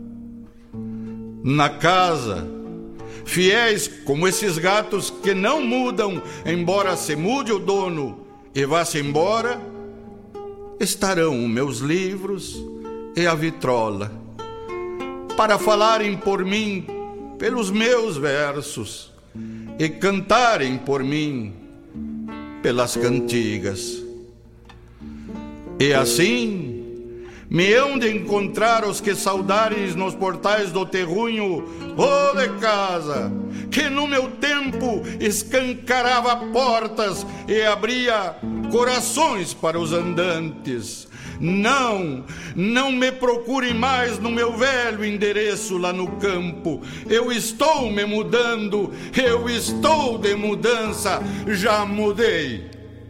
Na casa, fiéis como esses gatos que não mudam, embora se mude o dono e vá-se embora, estarão meus livros e a vitrola, para falarem por mim pelos meus versos e cantarem por mim pelas cantigas. E assim, Me hão de encontrar os que saudares nos portais do terrunho, ô de casa, que no meu tempo escancarava portas e abria corações para os andantes. Não, não me procure mais no meu velho endereço lá no campo. Eu estou me mudando, eu estou de mudança, já mudei.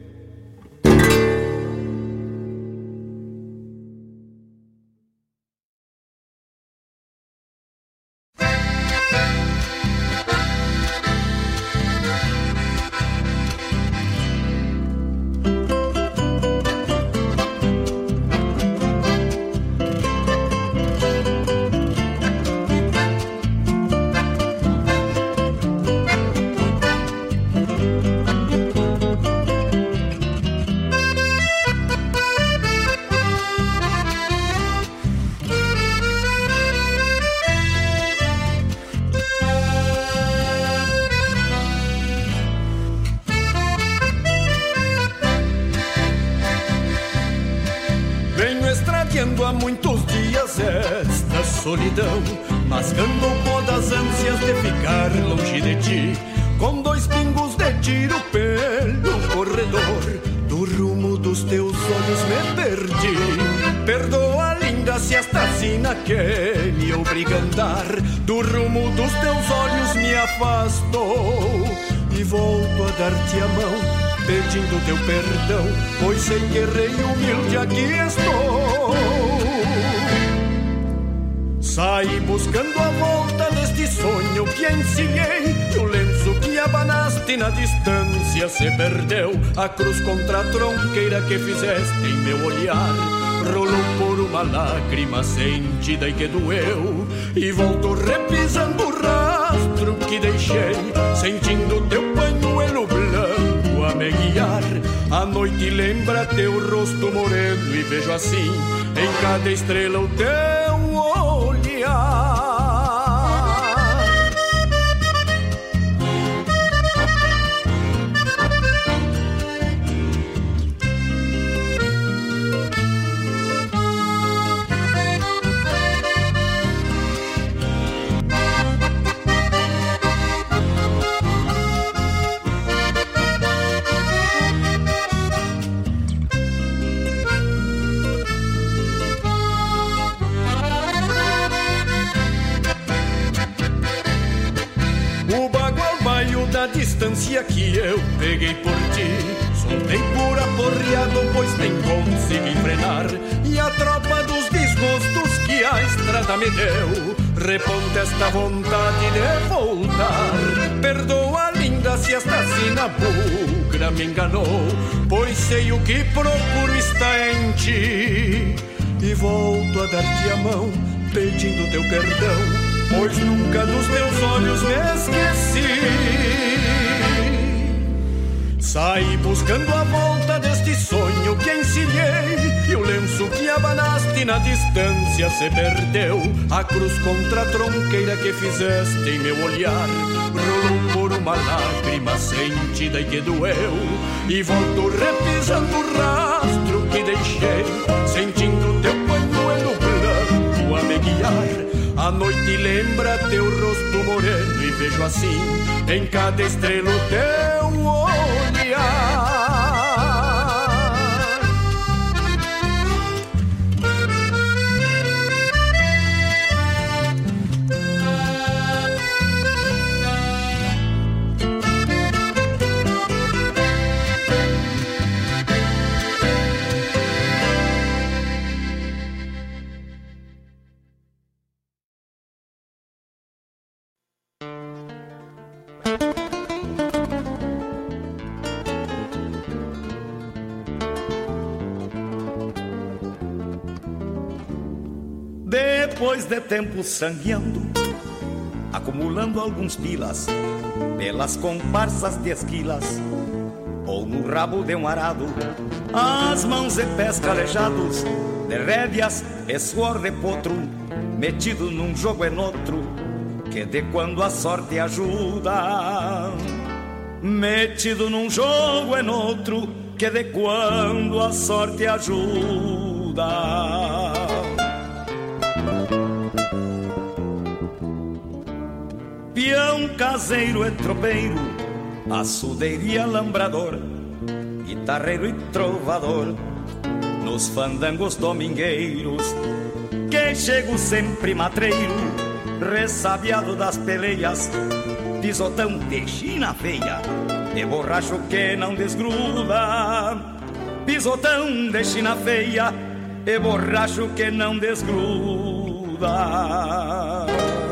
Há muitos dias esta solidão, mascando o pó das ânsias de ficar longe de ti. Com dois pingos de tiro pelo corredor, do rumo dos teus olhos me perdi. Perdoa, linda, se esta sina que me obriga a andar, do rumo dos teus olhos me afastou. E volto a dar-te a mão, pedindo teu perdão, pois sei que errei, humilde aqui estou. Saí buscando a volta deste sonho que encilhei, e o lenço que abanaste na distância se perdeu. A cruz contra a tronqueira que fizeste em meu olhar rolou por uma lágrima sentida e que doeu. E volto repisando o rastro que deixei, sentindo teu pañuelo branco a me guiar. A noite lembra teu rosto moreno e vejo assim em cada estrela o teu olhar. Da distância que eu peguei por ti, soltei por aporreado, pois nem consegui frenar. E a tropa dos desgostos que a estrada me deu reponta esta vontade de voltar. Perdoa, linda, se esta sina bugra me enganou, pois sei o que procuro está em ti. E volto a dar-te a mão, pedindo teu perdão, pois nunca dos teus olhos me esqueci. Saí buscando a volta deste sonho que encilhei, e o lenço que abanaste na distância se perdeu. A cruz contra a tronqueira que fizeste em meu olhar rolou por uma lágrima sentida e que doeu. E volto repisando o rastro que deixei, sentindo teu pañuelo branco a me guiar. A noite lembra teu rosto moreno e vejo assim em cada estrela o teu olhar. Depois de tempo sangueando, acumulando alguns pilas pelas comparsas de esquilas, ou no rabo de um arado, as mãos e pés calejados de rédeas e suor de potro, metido num jogo en outro, que de quando a sorte ajuda. Metido num jogo en outro, que de quando a sorte ajuda. peão caseiro e tropeiro, açudeiro e alambrador, guitarreiro e trovador, nos fandangos domingueiros, que chego sempre matreiro, ressabiado das peleias, pisotão de china feia, e borracho que não desgruda, pisotão de china feia, e borracho que não desgruda.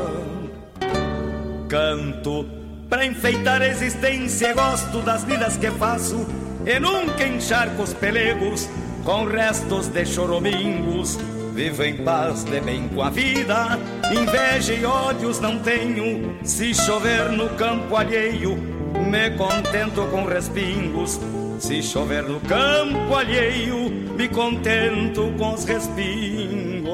Canto pra enfeitar a existência, gosto das lidas que faço, e nunca encharco os pelegos com restos de choromingos. Vivo em paz de bem com a vida, inveja e ódios não tenho. Se chover no campo alheio, me contento com respingos. Se chover no campo alheio, me contento com os respingos.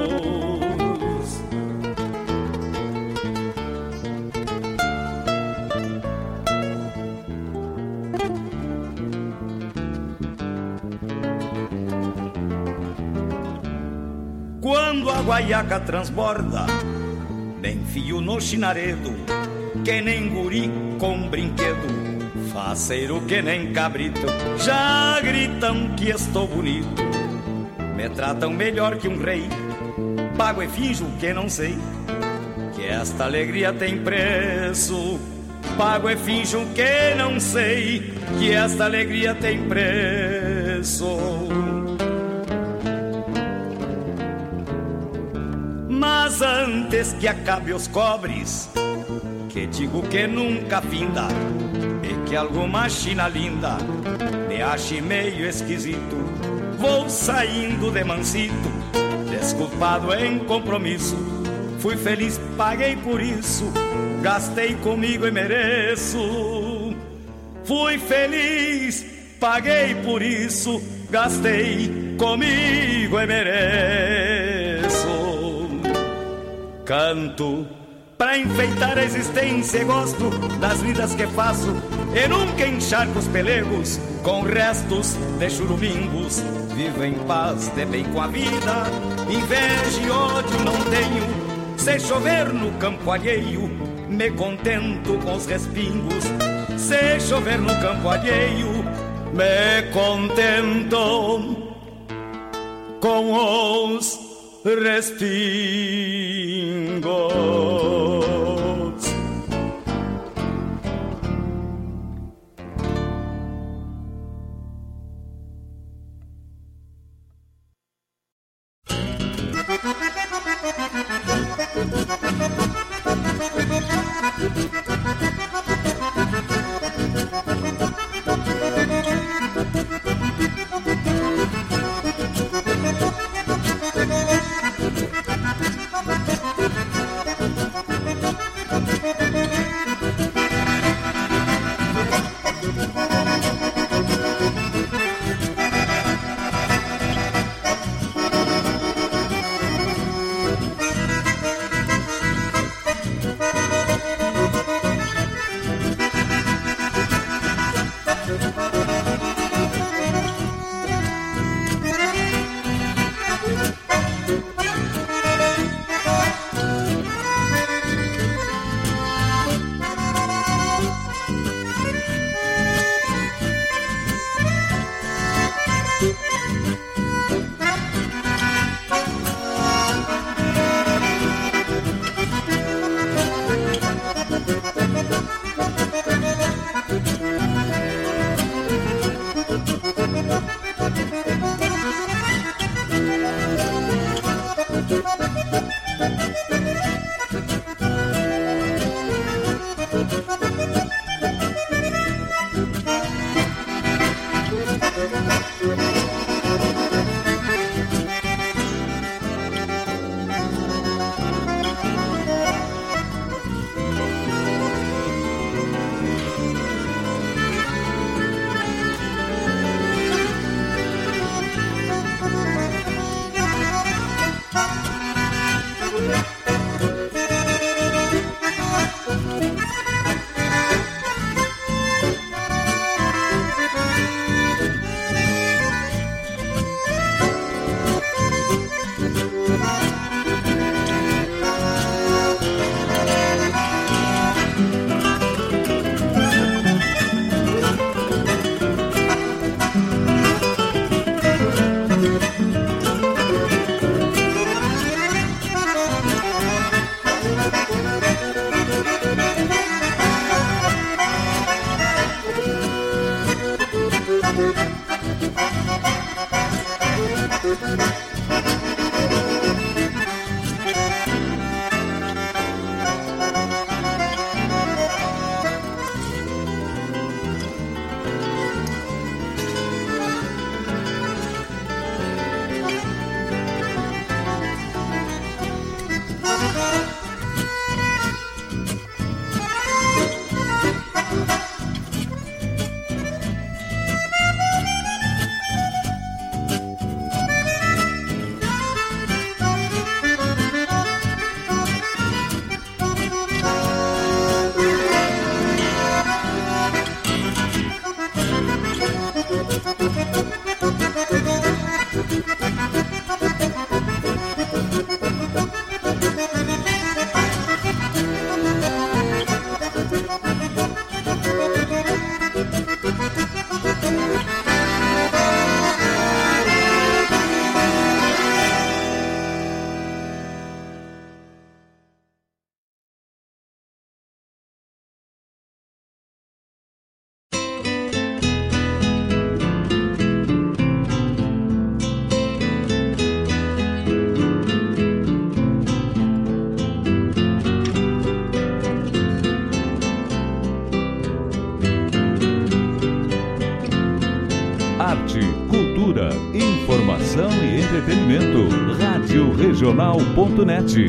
Quando a guaiaca transborda, me enfio no chinaredo, que nem guri com brinquedo, faceiro que nem cabrito. Já gritam que estou bonito, me tratam melhor que um rei, pago e finjo que não sei, que esta alegria tem preço. Pago e finjo que não sei, que esta alegria tem preço. Mas antes que acabe os cobres, que digo que nunca finda, e que alguma china linda me ache meio esquisito, vou saindo de mansito, desculpado em compromisso. Fui feliz, paguei por isso, gastei comigo e mereço. Fui feliz, paguei por isso, gastei comigo e mereço. Canto pra enfeitar a existência, gosto das vidas que faço, e nunca encharco os pelegos com restos de churumingos. Vivo em paz, de bem com a vida, inveja e ódio não tenho. Se chover no campo alheio, me contento com os respingos. Se chover no campo alheio, me contento com os respingos. arte, cultura, informação e entretenimento. rádio regional ponto net.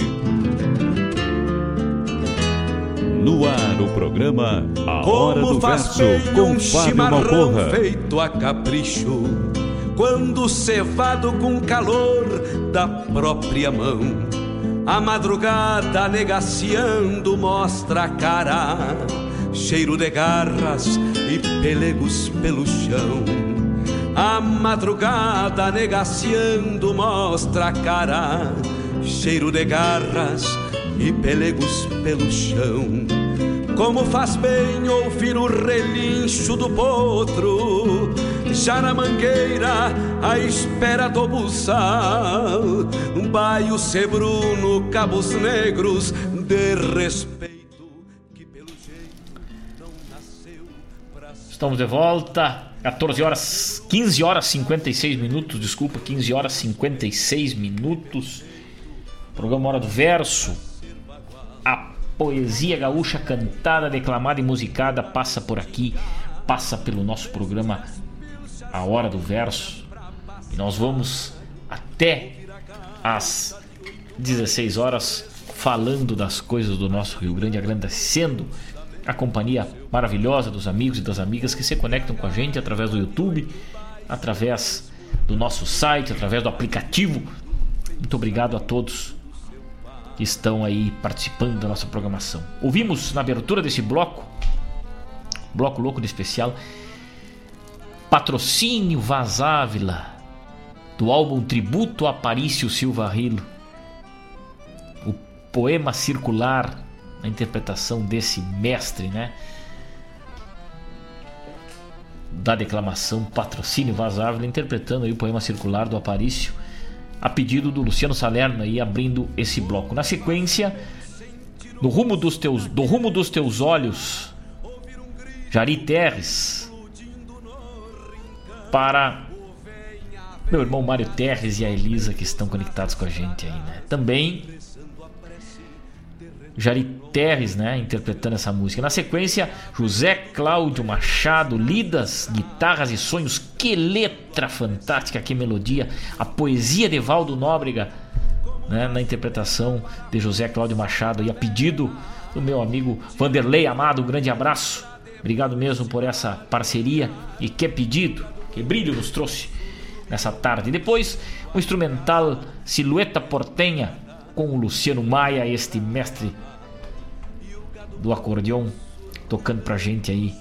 No ar o programa A Hora do Verso com Fábio Malcorra. Feito a capricho, quando cevado com calor da própria mão, a madrugada negaciando mostra a cara, cheiro de garras e pelegos pelo chão. A madrugada negaciando mostra a cara, cheiro de garras e pelegos pelo chão. Como faz bem ouvir o relincho do potro, já na mangueira à espera do buçal. Um baio sebruno, cabos negros de respeito que pelo jeito não nasceu pra... Estamos de volta, quatorze horas, quinze horas e cinquenta e seis minutos, desculpa, quinze horas e cinquenta e seis minutos. Programa Hora do Verso. A poesia gaúcha cantada, declamada e musicada passa por aqui, passa pelo nosso programa A Hora do Verso. E nós vamos até às dezesseis horas falando das coisas do nosso Rio Grande, agradecendo a companhia maravilhosa dos amigos e das amigas que se conectam com a gente através do YouTube, através do nosso site, através do aplicativo. Muito obrigado a todos que estão aí participando da nossa programação. Ouvimos na abertura desse bloco, bloco louco de especial, Patrocínio Vaz Ávila, do álbum Tributo a Aparício Silva Rilo, o poema circular, a interpretação desse mestre, né, da declamação, Patrocínio Vaz Ávila, interpretando aí o poema circular do Aparício, a pedido do Luciano Salerno, aí abrindo esse bloco. Na sequência, do rumo dos teus, do rumo dos teus olhos, Jari Terres, para meu irmão Mário Terres e a Elisa, que estão conectados com a gente aí, né? Também Jari Terres, né, interpretando essa música. Na sequência, José Cláudio Machado, Lidas, Guitarras e Sonhos. Que letra fantástica, que melodia. A poesia de Valdo Nóbrega, né, na interpretação de José Cláudio Machado, e a pedido do meu amigo Vanderlei Amado. Um grande abraço, obrigado mesmo por essa parceria. E que pedido, que brilho nos trouxe nessa tarde. Depois, o instrumental Silhueta Portenha, com o Luciano Maia, este mestre do acordeon, tocando pra gente aí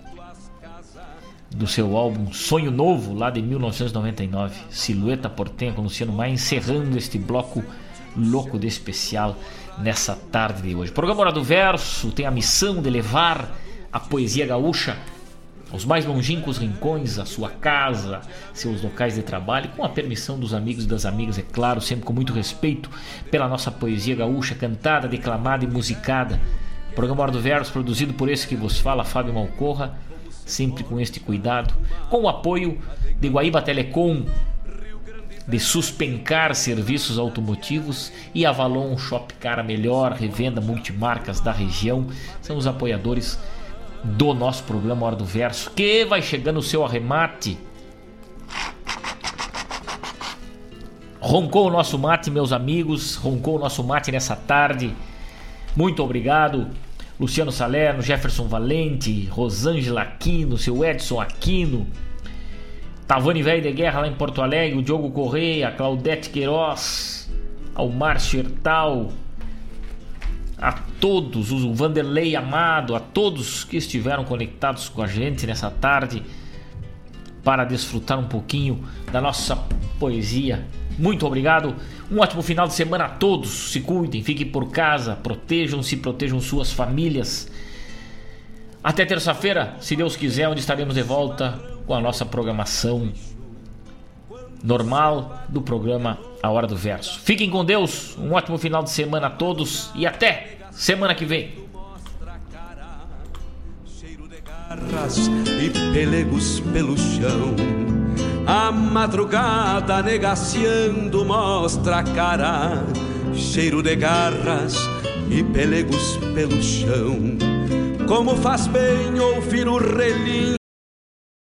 do seu álbum Sonho Novo, lá de mil novecentos e noventa e nove. Silhueta Portenha com Luciano Maia, encerrando este bloco louco de especial nessa tarde de hoje. O programa Hora do Verso tem a missão de levar a poesia gaúcha aos mais longínquos rincões, a sua casa, seus locais de trabalho, com a permissão dos amigos e das amigas, é claro, sempre com muito respeito pela nossa poesia gaúcha, cantada, declamada e musicada. O programa Hora do Verso, produzido por esse que vos fala, Fábio Malcorra, sempre com este cuidado, com o apoio de Guaíba Telecom, de Suspencar Serviços Automotivos e Avalon Shopcar, a melhor revenda multimarcas da região, são os apoiadores do nosso programa Hora do Verso, que vai chegando o seu arremate. Roncou o nosso mate, meus amigos, roncou o nosso mate nessa tarde. Muito obrigado, Luciano Salerno, Jefferson Valente, Rosângela Aquino, seu Edson Aquino, Tavani Velho de Guerra lá em Porto Alegre, o Diogo Correia, Claudete Queiroz, ao Márcio Hertal, a todos, o Vanderlei Amado, a todos que estiveram conectados com a gente nessa tarde para desfrutar um pouquinho da nossa poesia. Muito obrigado, um ótimo final de semana a todos, se cuidem, fiquem por casa, protejam-se, protejam suas famílias. Até terça-feira, se Deus quiser, onde estaremos de volta com a nossa programação normal do programa A Hora do Verso. Fiquem com Deus, um ótimo final de semana a todos e até semana que vem. Garras e pelegos pelo chão, a madrugada negaciando mostra a cara, cheiro de garras e pelegos pelo chão. Como faz bem ouvir o relincho